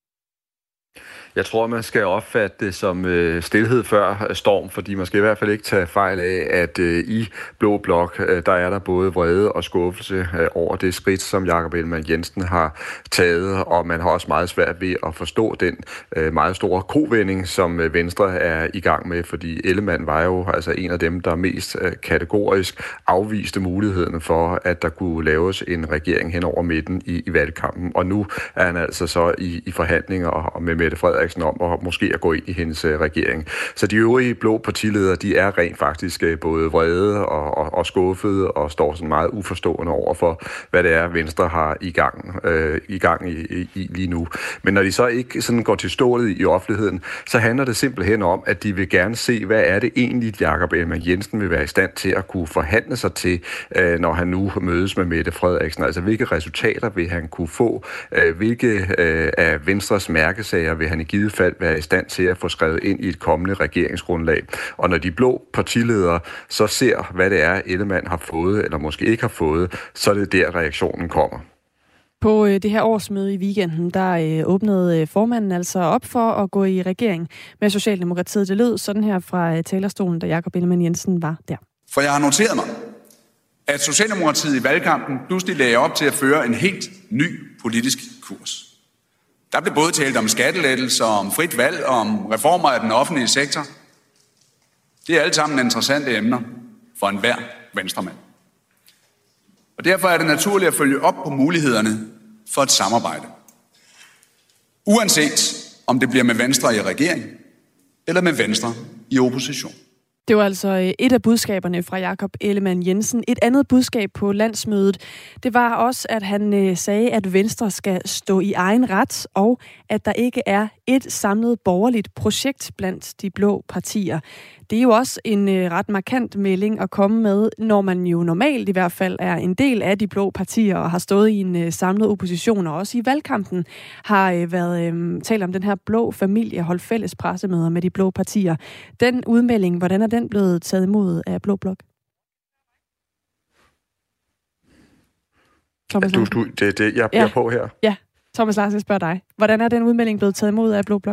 Jeg tror, man skal opfatte det som øh, stilhed før storm, fordi man skal i hvert fald ikke tage fejl af, at øh, i Blå Blok, øh, der er der både vrede og skuffelse øh, over det skridt, som Jakob Ellemann-Jensen har taget, og man har også meget svært ved at forstå den øh, meget store kovending, som øh, Venstre er i gang med, fordi Ellemann var jo altså en af dem, der mest øh, kategorisk afviste muligheden for, at der kunne laves en regering hen over midten i, i valgkampen, og nu er han altså så i, i forhandlinger og med Mette Frederiksen om at måske at gå ind i hendes uh, regering. Så de øvrige blå partiledere, de er rent faktisk uh, både vrede og, og, og skuffede og står sådan meget uforstående over for, hvad det er, Venstre har i gang, uh, i, gang i, i, i lige nu. Men når de så ikke sådan går til stålet i offentligheden, så handler det simpelthen om, at de vil gerne se, hvad er det egentlig, Jakob Ellemann-Jensen vil være i stand til at kunne forhandle sig til, uh, når han nu mødes med Mette Frederiksen. Altså, hvilke resultater vil han kunne få? Uh, hvilke uh, af Venstres mærkesager vil han i givet fald være i stand til at få skrevet ind i et kommende regeringsgrundlag. Og når de blå partiledere så ser, hvad det er, Ellemann har fået, eller måske ikke har fået, så er det der, reaktionen kommer. På det her årsmøde i weekenden, der åbnede formanden altså op for at gå i regering med Socialdemokratiet. Det lød sådan her fra talerstolen, da Jakob Ellemann-Jensen var der. For jeg har noteret mig, at Socialdemokratiet i valgkampen pludselig lagde op til at føre en helt ny politisk kurs. Der blev både talt om skattelettelser, om frit valg og om reformer af den offentlige sektor. Det er alle sammen interessante emner for enhver venstremand. Og derfor er det naturligt at følge op på mulighederne for et samarbejde. Uanset om det bliver med Venstre i regering eller med Venstre i opposition. Det var altså et af budskaberne fra Jakob Ellemann-Jensen. Et andet budskab på landsmødet, det var også, at han sagde, at Venstre skal stå i egen ret, og at der ikke er et samlet borgerligt projekt blandt de blå partier. Det er jo også en øh, ret markant melding at komme med, når man jo normalt i hvert fald er en del af de blå partier og har stået i en øh, samlet opposition, og også i valgkampen har øh, været øh, talt om den her blå familie, holdt fælles pressemøder med de blå partier. Den udmelding, hvordan er den blevet taget imod af Blå Blok? Thomas du, du, det, det, jeg bliver ja. på her. Ja, Thomas Larsen, jeg spørger dig. Hvordan er den udmelding blevet taget imod af Blå Blok?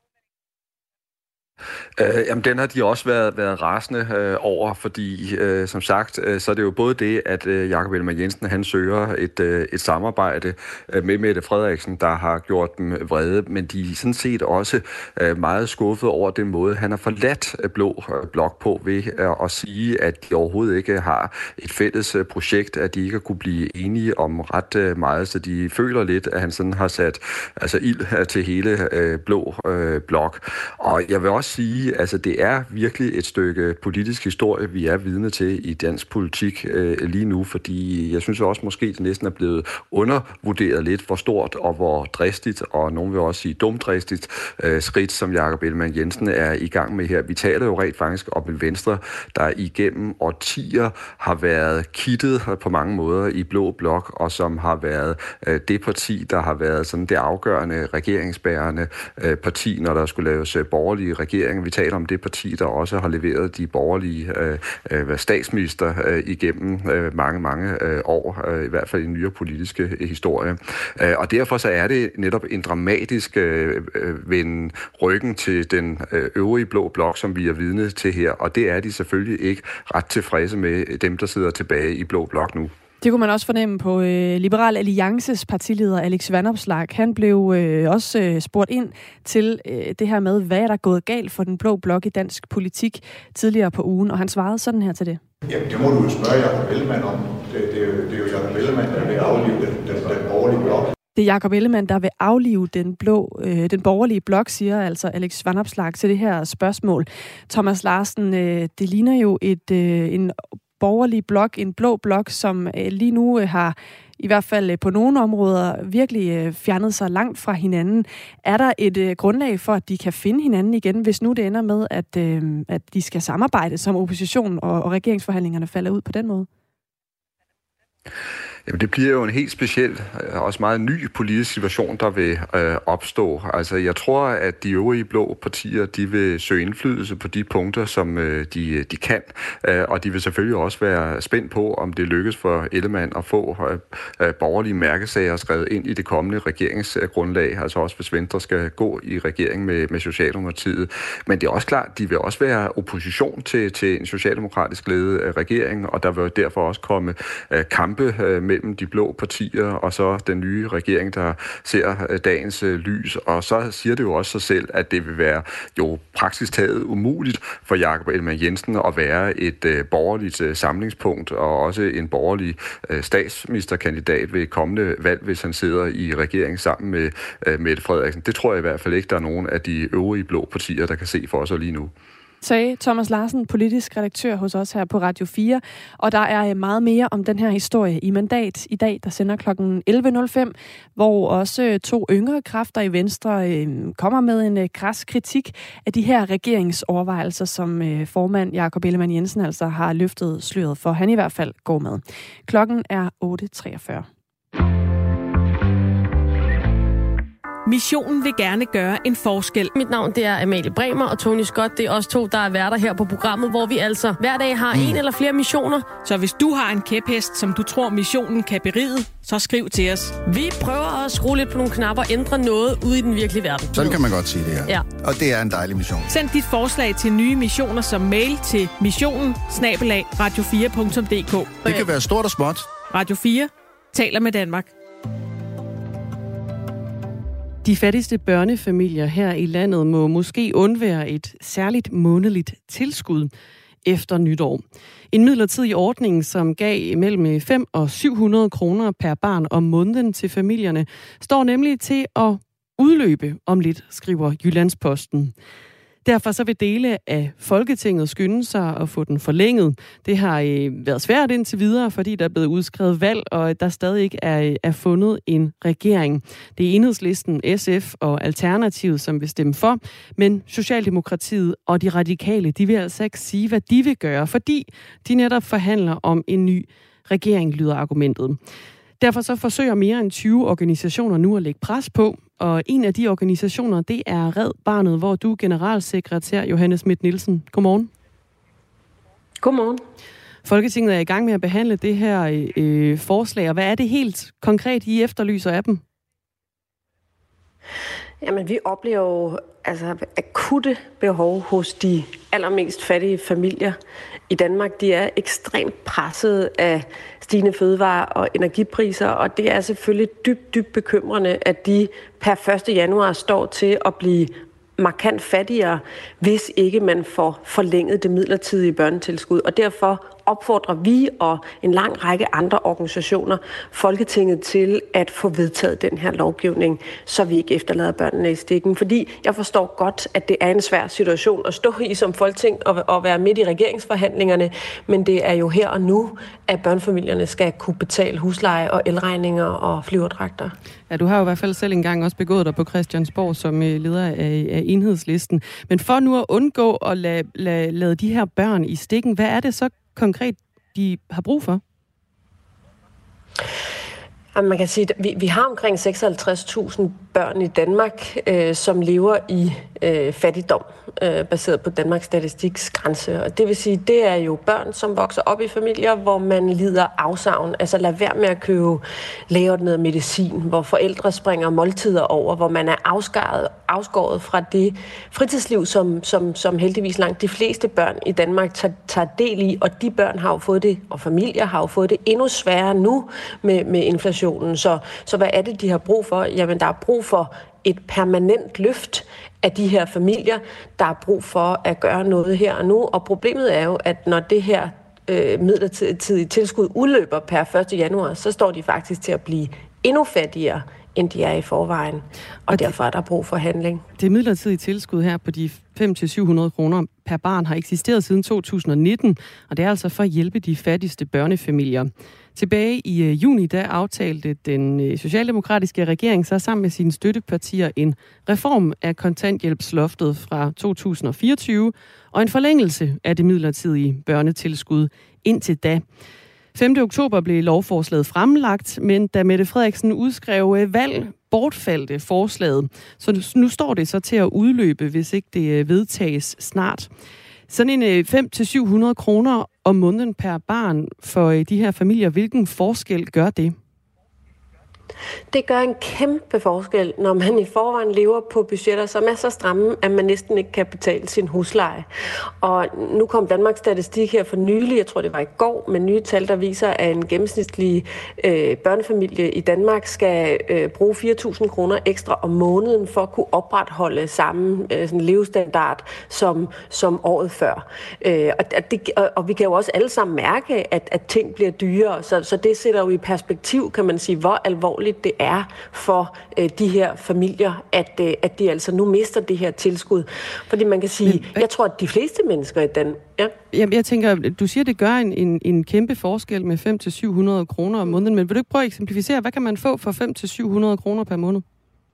Øh, jamen, den har de også været, været rasende øh, over, fordi øh, som sagt, øh, så er det jo både det, at øh, Jakob Ellemann-Jensen, han søger et, øh, et samarbejde øh, med Mette Frederiksen, der har gjort dem vrede, men de er sådan set også øh, meget skuffet over den måde, han har forladt øh, Blå øh, Blok på ved øh, at sige, at de overhovedet ikke har et fælles øh, projekt, at de ikke har kunne blive enige om ret øh, meget, så de føler lidt, at han sådan har sat altså, ild til hele øh, Blå øh, Blok. Og jeg vil også sige, altså det er virkelig et stykke politisk historie, vi er vidne til i dansk politik øh, lige nu, fordi jeg synes også måske, det næsten er blevet undervurderet lidt, hvor stort og hvor dristigt, og nogen vil også sige dumdristigt, øh, skridt, som Jakob Ellemann-Jensen er i gang med her. Vi taler jo rent faktisk om en Venstre, der igennem årtier har været kittet på mange måder i Blå Blok, og som har været øh, det parti, der har været sådan det afgørende regeringsbærende øh, parti, når der skulle laves øh, borgerlige regeringer. Vi taler om det parti, der også har leveret de borgerlige øh, øh, statsminister øh, igennem øh, mange, mange øh, år, øh, i hvert fald i nyere politiske øh, historie. Øh, og derfor så er det netop en dramatisk øh, øh, vende ryggen til den øh, øvrige Blå Blok, som vi er vidne til her, og det er de selvfølgelig ikke ret tilfredse med, dem der sidder tilbage i Blå Blok nu. Det kunne man også fornemme på øh, Liberal Alliances partileder Alex Vanopslagh. Han blev øh, også øh, spurgt ind til øh, det her med, hvad er der gået galt for den blå blok i dansk politik tidligere på ugen, og han svarede sådan her til det. Jamen, det må du jo spørge Jakob Ellemann om. Det, det, er, jo, det er jo Jakob Ellemann, der vil aflive den, den, den borgerlige blok. Det er Jakob Ellemann, der vil aflive den, blå, øh, den borgerlige blok, siger altså Alex Vanopslagh til det her spørgsmål. Thomas Larsen, øh, det ligner jo et, øh, en borgerlig blok, en blå blok, som øh, lige nu øh, har i hvert fald øh, på nogle områder virkelig øh, fjernet sig langt fra hinanden. Er der et øh, grundlag for, at de kan finde hinanden igen, hvis nu det ender med, at, øh, at de skal samarbejde som opposition, og, og regeringsforhandlingerne falder ud på den måde? Jamen, det bliver jo en helt speciel, også meget ny politisk situation, der vil øh, opstå. Altså, jeg tror, at de øvrige blå partier, de vil søge indflydelse på de punkter, som øh, de, de kan, øh, og de vil selvfølgelig også være spændt på, om det lykkes for Ellemann at få øh, borgerlige mærkesager skrevet ind i det kommende regeringsgrundlag, altså også hvis Venstre skal gå i regering med, med Socialdemokratiet. Men det er også klart, de vil også være opposition til, til en socialdemokratisk ledet regering, og der vil derfor også komme øh, kampe øh, med mellem de blå partier og så den nye regering, der ser dagens lys. Og så siger det jo også sig selv, at det vil være jo praktisk taget umuligt for Jakob Ellemann-Jensen at være et øh, borgerligt øh, samlingspunkt og også en borgerlig øh, statsministerkandidat ved kommende valg, hvis han sidder i regeringen sammen med øh, Mette Frederiksen. Det tror jeg i hvert fald ikke, der er nogen af de øvrige blå partier, der kan se for sig lige nu. Sagde Thomas Larsen, politisk redaktør hos os her på Radio fire. Og der er meget mere om den her historie i Mandat i dag, der sender klokken elleve nul fem, hvor også to yngre kræfter i Venstre øh, kommer med en øh, kras kritik af de her regeringsovervejelser, som øh, formand Jakob Ellemann-Jensen altså har løftet sløret for. Han i hvert fald går med. Klokken er otte treogfyrre. Missionen vil gerne gøre en forskel. Mit navn det er Amalie Bremer og Tony Scott. Det er os to, der er værter her på programmet, hvor vi altså hver dag har en eller flere missioner. Så hvis du har en kæphest, som du tror missionen kan beride, så skriv til os. Vi prøver at skrue lidt på nogle knapper og ændre noget ude i den virkelige verden. Sådan kan man godt sige det her. Ja. Og det er en dejlig mission. Send dit forslag til nye missioner som mail til missionen snabel-a radio fire punktum d k. Det kan være stort og småt. Radio fire taler med Danmark. De fattigste børnefamilier her i landet må måske undvære et særligt månedligt tilskud efter nytår. En midlertidig ordning, som gav mellem fem og syv hundrede kroner per barn om måneden til familierne, står nemlig til at udløbe om lidt, skriver Jyllandsposten. Derfor så vil dele af Folketinget skynde sig at få den forlænget. Det har øh, været svært indtil videre, fordi der er blevet udskrevet valg, og der stadig ikke er, er fundet en regering. Det er Enhedslisten, S F og Alternativet, som vil stemme for, men Socialdemokratiet og de radikale, de vil altså ikke sige, hvad de vil gøre, fordi de netop forhandler om en ny regering, lyder argumentet. Derfor så forsøger mere end tyve organisationer nu at lægge pres på, og en af de organisationer, det er Red Barnet, hvor du er generalsekretær, Johanne Schmidt Nielsen. Godmorgen. Godmorgen. Folketinget er i gang med at behandle det her øh, forslag, og hvad er det helt konkret, I efterlyser af dem? Jamen, vi oplever jo altså, akutte behov hos de allermest fattige familier i Danmark. De er ekstremt presset af stigende fødevare- og energipriser, og det er selvfølgelig dybt, dybt bekymrende, at de per første januar står til at blive markant fattigere, hvis ikke man får forlænget det midlertidige børnetilskud. Og derfor opfordrer vi og en lang række andre organisationer Folketinget til at få vedtaget den her lovgivning, så vi ikke efterlader børnene i stikken. Fordi jeg forstår godt, at det er en svær situation at stå i som Folketing og, og være midt i regeringsforhandlingerne, men det er jo her og nu, at børnefamilierne skal kunne betale husleje og elregninger og flyverdragter. Ja, du har jo i hvert fald selv engang også begået dig på Christiansborg som leder af, af Enhedslisten. Men for nu at undgå at lade, lade, lade de her børn i stikken, hvad er det så konkret, de har brug for? Jamen, man kan sige, at vi, vi har omkring seksoghalvtreds tusind børn i Danmark, øh, som lever i øh, fattigdom, øh, baseret på Danmarks Statistiks grænse. Og det vil sige, det er jo børn, som vokser op i familier, hvor man lider afsavn. Altså lad være med at købe lægeordineret medicin, hvor forældre springer måltider over, hvor man er afskåret, afskåret fra det fritidsliv, som, som, som heldigvis langt de fleste børn i Danmark tager, tager del i. Og de børn har jo fået det, og familier har jo fået det endnu sværere nu med, med inflation. Så, så hvad er det, de har brug for? Jamen, der er brug for et permanent løft af de her familier. Der er brug for at gøre noget her og nu. Og problemet er jo, at når det her øh, midlertidige tilskud udløber per første januar, så står de faktisk til at blive endnu fattigere, end de er i forvejen. Og, og derfor er der brug for handling. Det midlertidige tilskud her på de fem hundrede til syv hundrede kroner per barn har eksisteret siden to tusind og nitten, og det er altså for at hjælpe de fattigste børnefamilier. Tilbage i øh, juni, der aftalte den øh, socialdemokratiske regering så sammen med sine støttepartier en reform af kontanthjælpsloftet fra to tusind og fireogtyve og en forlængelse af det midlertidige børnetilskud indtil da. femte oktober blev lovforslaget fremlagt, men da Mette Frederiksen udskrev øh, valg, bortfaldte forslaget. Så nu står det så til at udløbe, hvis ikke det øh, vedtages snart. Sådan en fem hundrede til syv hundrede kroner om måneden per barn for de her familier. Hvilken forskel gør det? Det gør en kæmpe forskel, når man i forvejen lever på budgetter, som er så stramme, at man næsten ikke kan betale sin husleje. Og nu kom Danmarks Statistik her for nylig, jeg tror det var i går, med nye tal, der viser, at en gennemsnitlig øh, børnefamilie i Danmark skal øh, bruge fire tusind kroner ekstra om måneden for at kunne opretholde samme øh, sådan levestandard som, som året før. Øh, og, det, og, og vi kan jo også alle sammen mærke, at, at ting bliver dyrere, så, så det sætter jo i perspektiv, kan man sige, hvor alvorligt det er for øh, de her familier, at, øh, at de altså nu mister det her tilskud. Fordi man kan sige, Men, jeg tror, at de fleste mennesker i den... Ja. Jamen, jeg tænker, du siger, at det gør en, en, en kæmpe forskel med fem hundrede til syv hundrede kroner om måneden, men vil du ikke prøve at eksemplificere, hvad kan man få for fem hundrede til syv hundrede kroner per måned?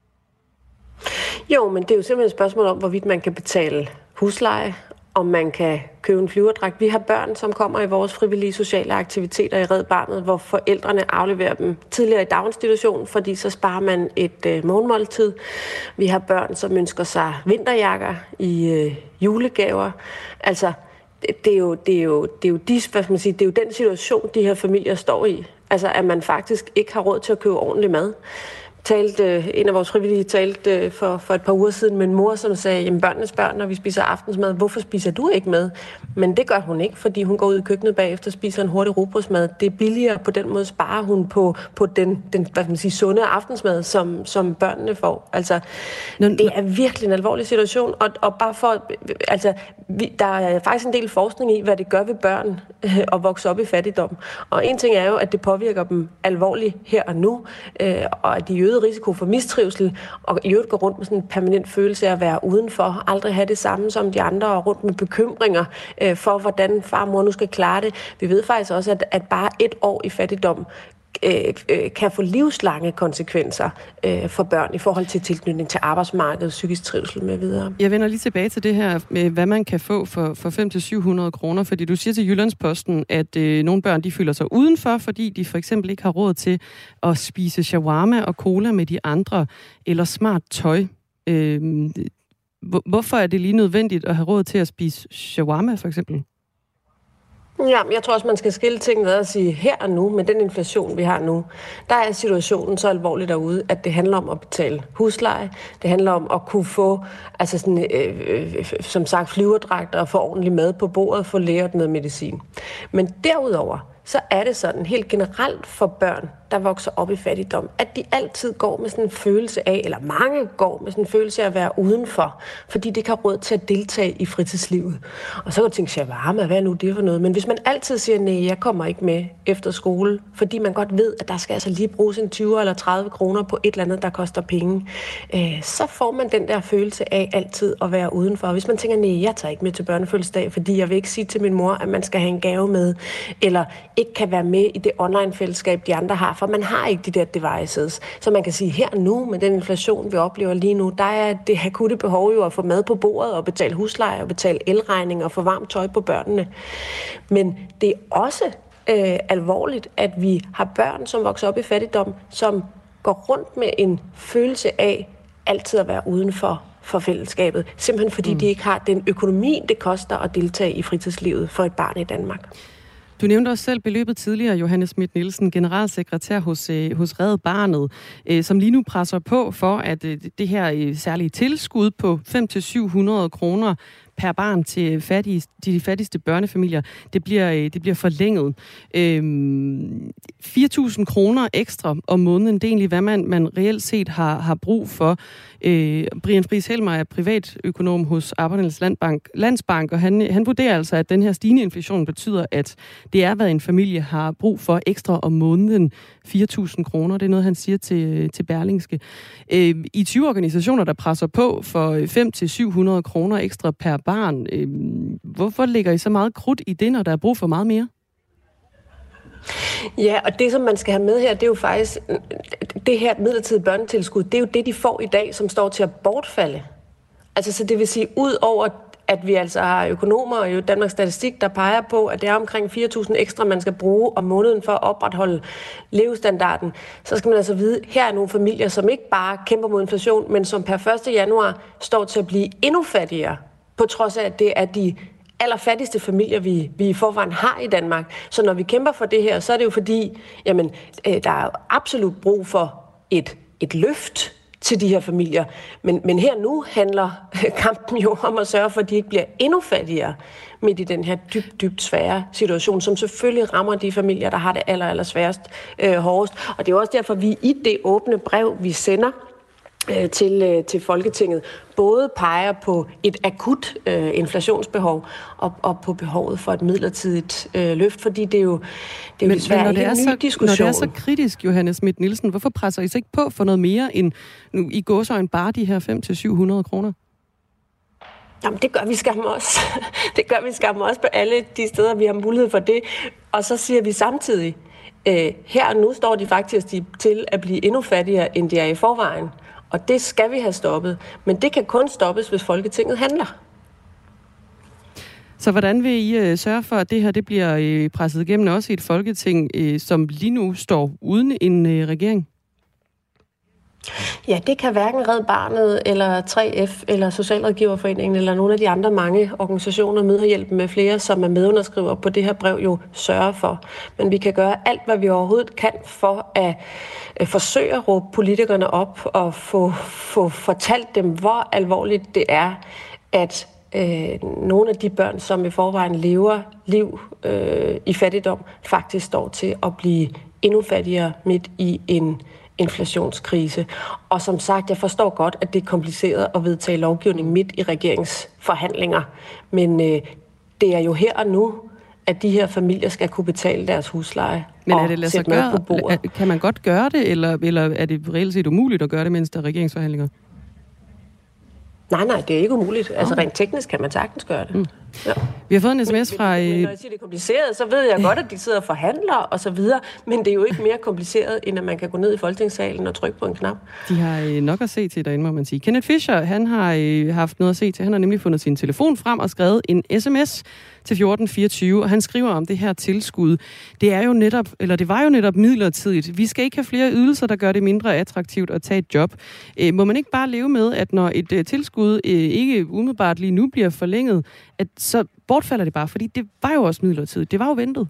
Jo, men det er jo simpelthen et spørgsmål om, hvorvidt man kan betale husleje, om man kan købe en flyverdragt. Vi har børn, som kommer i vores frivillige sociale aktiviteter i Red Barnet, hvor forældrene afleverer dem tidligere i daginstitutionen, fordi så sparer man et øh, morgenmåltid. Vi har børn, som ønsker sig vinterjakker i øh, julegaver. Altså, det, det, er jo, det, er jo, det, er jo de, hvad skal man sige, det er jo den situation, de her familier står i. Altså, at man faktisk ikke har råd til at købe ordentlig mad. Talte, en af vores frivillige talte for, for et par uger siden med en mor, som sagde, jamen børnenes børn, når vi spiser aftensmad, hvorfor spiser du ikke med? Men det gør hun ikke, fordi hun går ud i køkkenet bagefter og spiser en hurtig rugbrødsmad. Det er billigere, på den måde sparer hun på, på den, den hvad man sige, sunde aftensmad, som, som børnene får. Altså, det er virkelig en alvorlig situation, og, og bare for, altså, vi, der er faktisk en del forskning i, hvad det gør ved børn øh, at vokse op i fattigdom. Og en ting er jo, at det påvirker dem alvorligt her og nu, øh, og at de øget risiko for mistrivsel, og i øvrigt gå rundt med sådan en permanent følelse af at være udenfor, aldrig have det samme som de andre, og rundt med bekymringer øh, for, hvordan far og mor nu skal klare det. Vi ved faktisk også, at, at bare et år i fattigdom Øh, øh, kan få livslange konsekvenser øh, for børn i forhold til tilknytning til arbejdsmarkedet, psykisk trivsel med videre. Jeg vender lige tilbage til det her med, hvad man kan få for, for fem til syv hundrede kroner, fordi du siger til Jyllandsposten, at øh, nogle børn de føler sig udenfor, fordi de for eksempel ikke har råd til at spise shawarma og cola med de andre, eller smart tøj. Øh, hvorfor er det lige nødvendigt at have råd til at spise shawarma, for eksempel? Ja, jeg tror også, man skal skille tingene ad og sige, her og nu, med den inflation, vi har nu, der er situationen så alvorlig derude, at det handler om at betale husleje, det handler om at kunne få, altså sådan, øh, øh, som sagt, flyverdragter og få ordentlig mad på bordet, få læret noget medicin. Men derudover, så er det sådan helt generelt for børn, der vokser op i fattigdom, at de altid går med sådan en følelse af, eller mange går med sådan en følelse af at være udenfor, fordi det ikke har råd til at deltage i fritidslivet. Og så kan du tænke, shawarma, hvad er nu det for noget? Men hvis man altid siger, nej, jeg kommer ikke med efter skole, fordi man godt ved, at der skal altså lige bruges en tyve eller tredive kroner på et eller andet, der koster penge, øh, så får man den der følelse af altid at være udenfor. Hvis man tænker, nej, jeg tager ikke med til børnefødselsdag, fordi jeg vil ikke sige til min mor, at man skal have en gave med, eller ikke kan være med i det online-fællesskab, de andre har, for man har ikke de der devices. Så man kan sige, her nu, med den inflation, vi oplever lige nu, der er det akutte behov jo at få mad på bordet, og betale husleje, og betale elregninger, og få varmt tøj på børnene. Men det er også øh, alvorligt, at vi har børn, som vokser op i fattigdom, som går rundt med en følelse af altid at være udenfor for fællesskabet. Simpelthen fordi mm. de ikke har den økonomi, det koster at deltage i fritidslivet for et barn i Danmark. Du nævnte også selv beløbet tidligere, Johanne Schmidt Nielsen, generalsekretær hos, øh, hos Red Barnet, øh, som lige nu presser på for, at øh, det her øh, særlige tilskud på fem til syv hundrede kroner per barn til fattige, de fattigste børnefamilier, det bliver, øh, det bliver forlænget. Øh, fire tusind kroner ekstra om måneden, det er egentlig, hvad man, man reelt set har, har brug for. Øh, Brian Friis Helmer er privatøkonom hos Arbejdernes Landbank, Landsbank, og han, han vurderer altså, at den her stigende inflation betyder, at det er, hvad en familie har brug for ekstra om måneden, fire tusind kroner. Det er noget, han siger til, til Berlingske. Øh, I tyve organisationer, der presser på for fem til syv hundrede kroner ekstra per barn. Øh, hvorfor lægger I så meget krudt i det, når der er brug for meget mere? Ja, og det, som man skal have med her, det er jo faktisk, det her midlertidige børnetilskud, det er jo det, de får i dag, som står til at bortfalde. Altså, så det vil sige, ud over at vi altså har økonomer og jo Danmarks Statistik, der peger på, at det er omkring fire tusind ekstra, man skal bruge om måneden for at opretholde levestandarden, så skal man altså vide, at her er nogle familier, som ikke bare kæmper mod inflation, men som per første januar står til at blive endnu fattigere, på trods af, at det er de allerfattigste familier, vi, vi i forvejen har i Danmark. Så når vi kæmper for det her, så er det jo fordi, jamen, der er absolut brug for et, et løft til de her familier. Men, men her nu handler kampen jo om at sørge for, at de ikke bliver endnu fattigere midt i den her dybt, dybt svære situation, som selvfølgelig rammer de familier, der har det aller, aller sværest øh, hårdest. Og det er også derfor, vi i det åbne brev, vi sender øh, til, øh, til Folketinget, både peger på et akut øh, inflationsbehov og, og på behovet for et midlertidigt øh, løft, fordi det er jo, det er jo desværre ikke en ny diskussion. Når det er så kritisk, Johanne Schmidt Nielsen, hvorfor presser I sig ikke på for noget mere end nu, i gåseøjne bare de her fem til syv hundrede kroner? Jamen, det gør vi skam også. Det gør vi skam også på alle de steder, vi har mulighed for det. Og så siger vi samtidig, øh, her og nu står de faktisk til at blive endnu fattigere, end de er i forvejen. Og det skal vi have stoppet. Men det kan kun stoppes, hvis Folketinget handler. Så hvordan vil I uh, sørge for, at det her det bliver uh, presset igennem også i et Folketing, uh, som lige nu står uden en uh, regering? Ja, det kan hverken Red Barnet, eller tre F, eller Socialrådgiverforeningen, eller nogle af de andre mange organisationer, Mødrehjælpen med flere, som er medunderskriver på det her brev, jo sørge for. Men vi kan gøre alt, hvad vi overhovedet kan for at øh, forsøge at råbe politikerne op og få, få fortalt dem, hvor alvorligt det er, at øh, nogle af de børn, som i forvejen lever liv øh, i fattigdom, faktisk står til at blive endnu fattigere midt i en inflationskrise. Og som sagt, jeg forstår godt, at det er kompliceret at vedtage lovgivning midt i regeringsforhandlinger. Men øh, det er jo her og nu, at de her familier skal kunne betale deres husleje. Men og er det lade sig sætte noget på gøre? bordet. Kan man godt gøre det, eller, eller er det reelt set umuligt at gøre det, mens der er regeringsforhandlinger? Nej, nej, det er ikke umuligt. Altså rent teknisk kan man sagtens gøre det. Mm. Ja. Vi har fået en sms fra... Men, men når jeg siger, det er kompliceret, så ved jeg godt, at de sidder og forhandler og så videre, men det er jo ikke mere kompliceret, end at man kan gå ned i Folketingssalen og trykke på en knap. De har nok at se til derinde, må man sige. Kenneth Fischer, han har haft noget at se til. Han har nemlig fundet sin telefon frem og skrevet en sms til fjorten fireogtyve, og han skriver om det her tilskud. Det er jo netop, eller det var jo netop midlertidigt. Vi skal ikke have flere ydelser, der gør det mindre attraktivt at tage et job. Øh, må man ikke bare leve med, at når et uh, tilskud uh, ikke umiddelbart lige nu bliver forlænget, at så bortfalder det bare, fordi det var jo også midlertidigt. Det var jo ventet.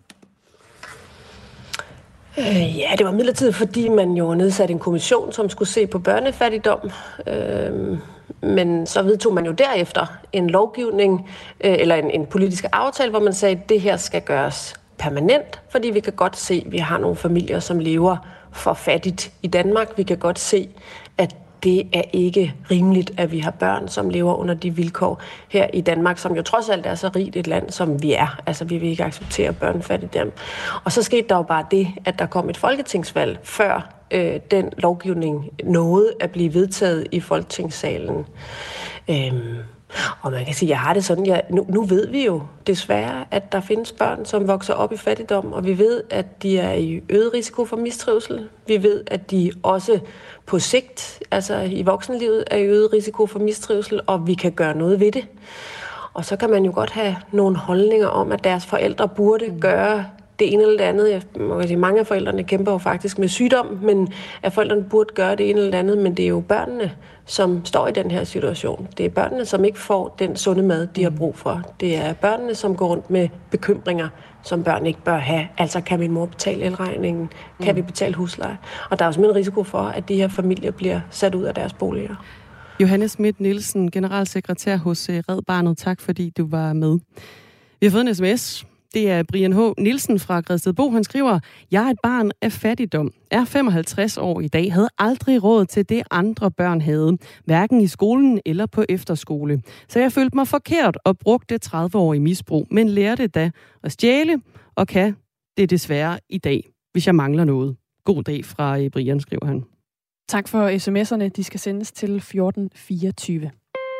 Øh, ja, det var midlertidigt, fordi man jo nedsatte en kommission, som skulle se på børnefattigdom. Øh, men så vedtog man jo derefter en lovgivning, øh, eller en, en politisk aftale, hvor man sagde, at det her skal gøres permanent, fordi vi kan godt se, at vi har nogle familier, som lever for fattigt i Danmark. Vi kan godt se, at det er ikke rimeligt, at vi har børn, som lever under de vilkår her i Danmark, som jo trods alt er så rigt et land, som vi er. Altså, vi vil ikke acceptere børnefattigdom. Og så skete der jo bare det, at der kom et folketingsvalg, før øh, den lovgivning nåede at blive vedtaget i Folketingssalen. Øhm, og man kan sige, at jeg har det sådan, jeg, nu, nu ved vi jo desværre, at der findes børn, som vokser op i fattigdom, og vi ved, at de er i øget risiko for mistrivsel. Vi ved, at de også på sigt, altså i voksenlivet, er i øget risiko for mistrivsel, og vi kan gøre noget ved det. Og så kan man jo godt have nogle holdninger om, at deres forældre burde gøre det ene eller det andet. Jeg må sige, mange af forældrene kæmper jo faktisk med sygdom, men at forældrene burde gøre det ene eller det andet, men det er jo børnene, som står i den her situation. Det er børnene, som ikke får den sunde mad, de har brug for. Det er børnene, som går rundt med bekymringer, som børn ikke bør have. Altså, kan min mor betale elregningen? Kan vi betale husleje? Og der er jo simpelthen en risiko for, at de her familier bliver sat ud af deres boliger. Johannes Schmidt Nielsen, generalsekretær hos Red Barnet. Tak, fordi du var med. Vi har fået en sms. Det er Brian H. Nielsen fra Gredstedbo. Han skriver, jeg er et barn af fattigdom, er femoghalvtreds år i dag, havde aldrig råd til det, andre børn havde, hverken i skolen eller på efterskole. Så jeg følte mig forkert og brugte tredive år i misbrug, men lærte da at stjæle og kan det desværre i dag, hvis jeg mangler noget. God dag fra Brian, skriver han. Tak for sms'erne. De skal sendes til fjorten fireogtyve.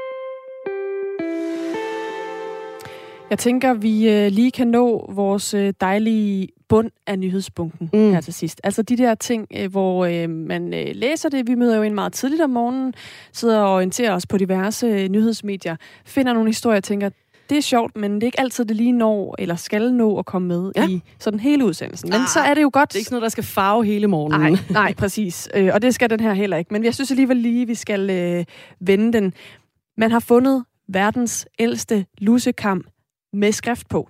Jeg tænker, vi lige kan nå vores dejlige bund af nyhedsbunken mm. her til sidst. Altså de der ting, hvor man læser det. Vi møder jo ind meget tidligt om morgenen, sidder og orienterer os på diverse nyhedsmedier, finder nogle historier og tænker, det er sjovt, men det er ikke altid, det lige når, eller skal nå at komme med ja. i sådan hele udsendelsen. Men ah, så er det jo godt. Det er ikke sådan noget, der skal farve hele morgenen. Nej, nej, præcis. Og det skal den her heller ikke. Men jeg synes alligevel lige, vi skal øh, vende den. Man har fundet verdens ældste lusekam med skrift på.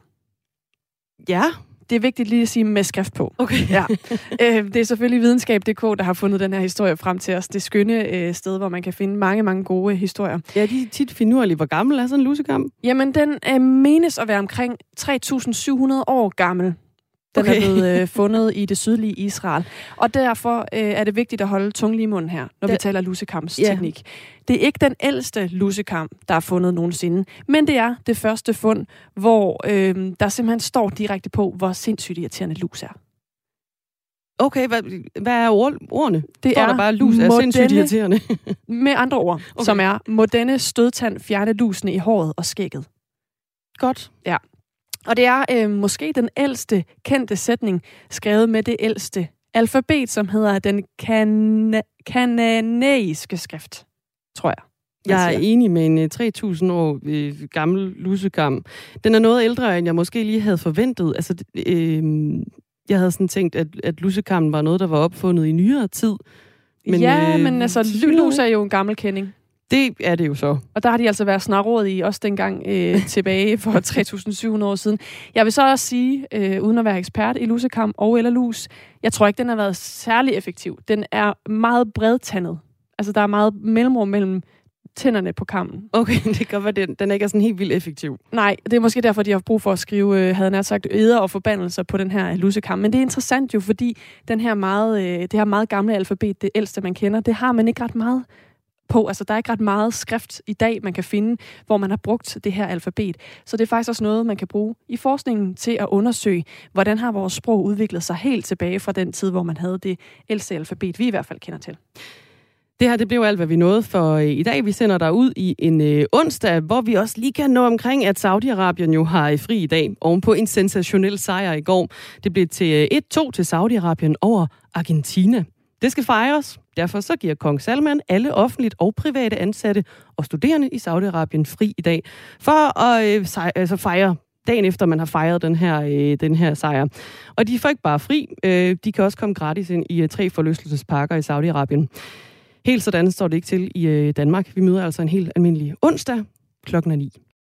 Ja. Det er vigtigt lige at sige med skrift på. Okay. Ja. øh, det er selvfølgelig videnskab punktum d k, der har fundet den her historie frem til os. Det skønne øh, sted, hvor man kan finde mange, mange gode historier. Ja, de er tit finurlige. Hvor gammel er sådan en lusekam? Jamen, den øh, menes at være omkring tre tusind syv hundrede år gammel. Den okay. er blevet øh, fundet i det sydlige Israel. Og derfor øh, er det vigtigt at holde tungen lige i munden her, når det, vi taler lusekamsteknik. Yeah. Det er ikke den ældste lusekam, der er fundet nogensinde, men det er det første fund, hvor øh, der simpelthen står direkte på, hvor sindssygt irriterende lus er. Okay, hvad, hvad er ord, ordene? Det står er der bare, lus er sindssygt irriterende. Med andre ord, okay. som er, må denne stødtand fjerne lusene i håret og skægget. Godt. Ja. Og det er øh, måske den ældste kendte sætning, skrevet med det ældste alfabet, som hedder den kan- kananæiske skrift, tror jeg. Jeg er enig med en uh, tre tusind år øh, gammel lusekam. Den er noget ældre, end jeg måske lige havde forventet. Altså, øh, jeg havde sådan tænkt, at, at lusekammen var noget, der var opfundet i nyere tid. Men, ja, øh, men altså, lus er jo en gammel kending. Det er det jo så. Og der har de altså været snarråd i, også dengang øh, tilbage for tre tusind syv hundrede år siden. Jeg vil så også sige, øh, uden at være ekspert i lusekam og eller lus, jeg tror ikke, den har været særlig effektiv. Den er meget bredtandet. Altså, der er meget mellemrum mellem tænderne på kammen. Okay, det kan godt være, den, den ikke er sådan helt vildt effektiv. Nej, det er måske derfor, de har brug for at skrive, øh, havde nær sagt, eder og forbandelser på den her lusekam. Men det er interessant jo, fordi den her meget, øh, det her meget gamle alfabet, det ældste man kender, det har man ikke ret meget på. Altså, der er ikke ret meget skrift i dag, man kan finde, hvor man har brugt det her alfabet. Så det er faktisk også noget, man kan bruge i forskningen til at undersøge, hvordan har vores sprog udviklet sig helt tilbage fra den tid, hvor man havde det ældste alfabet, vi i hvert fald kender til. Det her, det blev alt, hvad vi nåede for i dag. Vi sender dig ud i en øh, onsdag, hvor vi også lige kan nå omkring, at Saudi-Arabien jo har fri i dag, ovenpå en sensationel sejr i går. Det blev til et to til Saudi-Arabien over Argentina. Det skal fejres. Derfor så giver kong Salman alle offentligt og private ansatte og studerende i Saudi-Arabien fri i dag, for at øh, sej- altså fejre dagen efter, man har fejret den her, øh, den her sejr. Og de får ikke bare fri, øh, de kan også komme gratis ind i øh, tre forlystelsesparker i Saudi-Arabien. Helt sådan står det ikke til i øh, Danmark. Vi møder altså en helt almindelig onsdag klokken ni.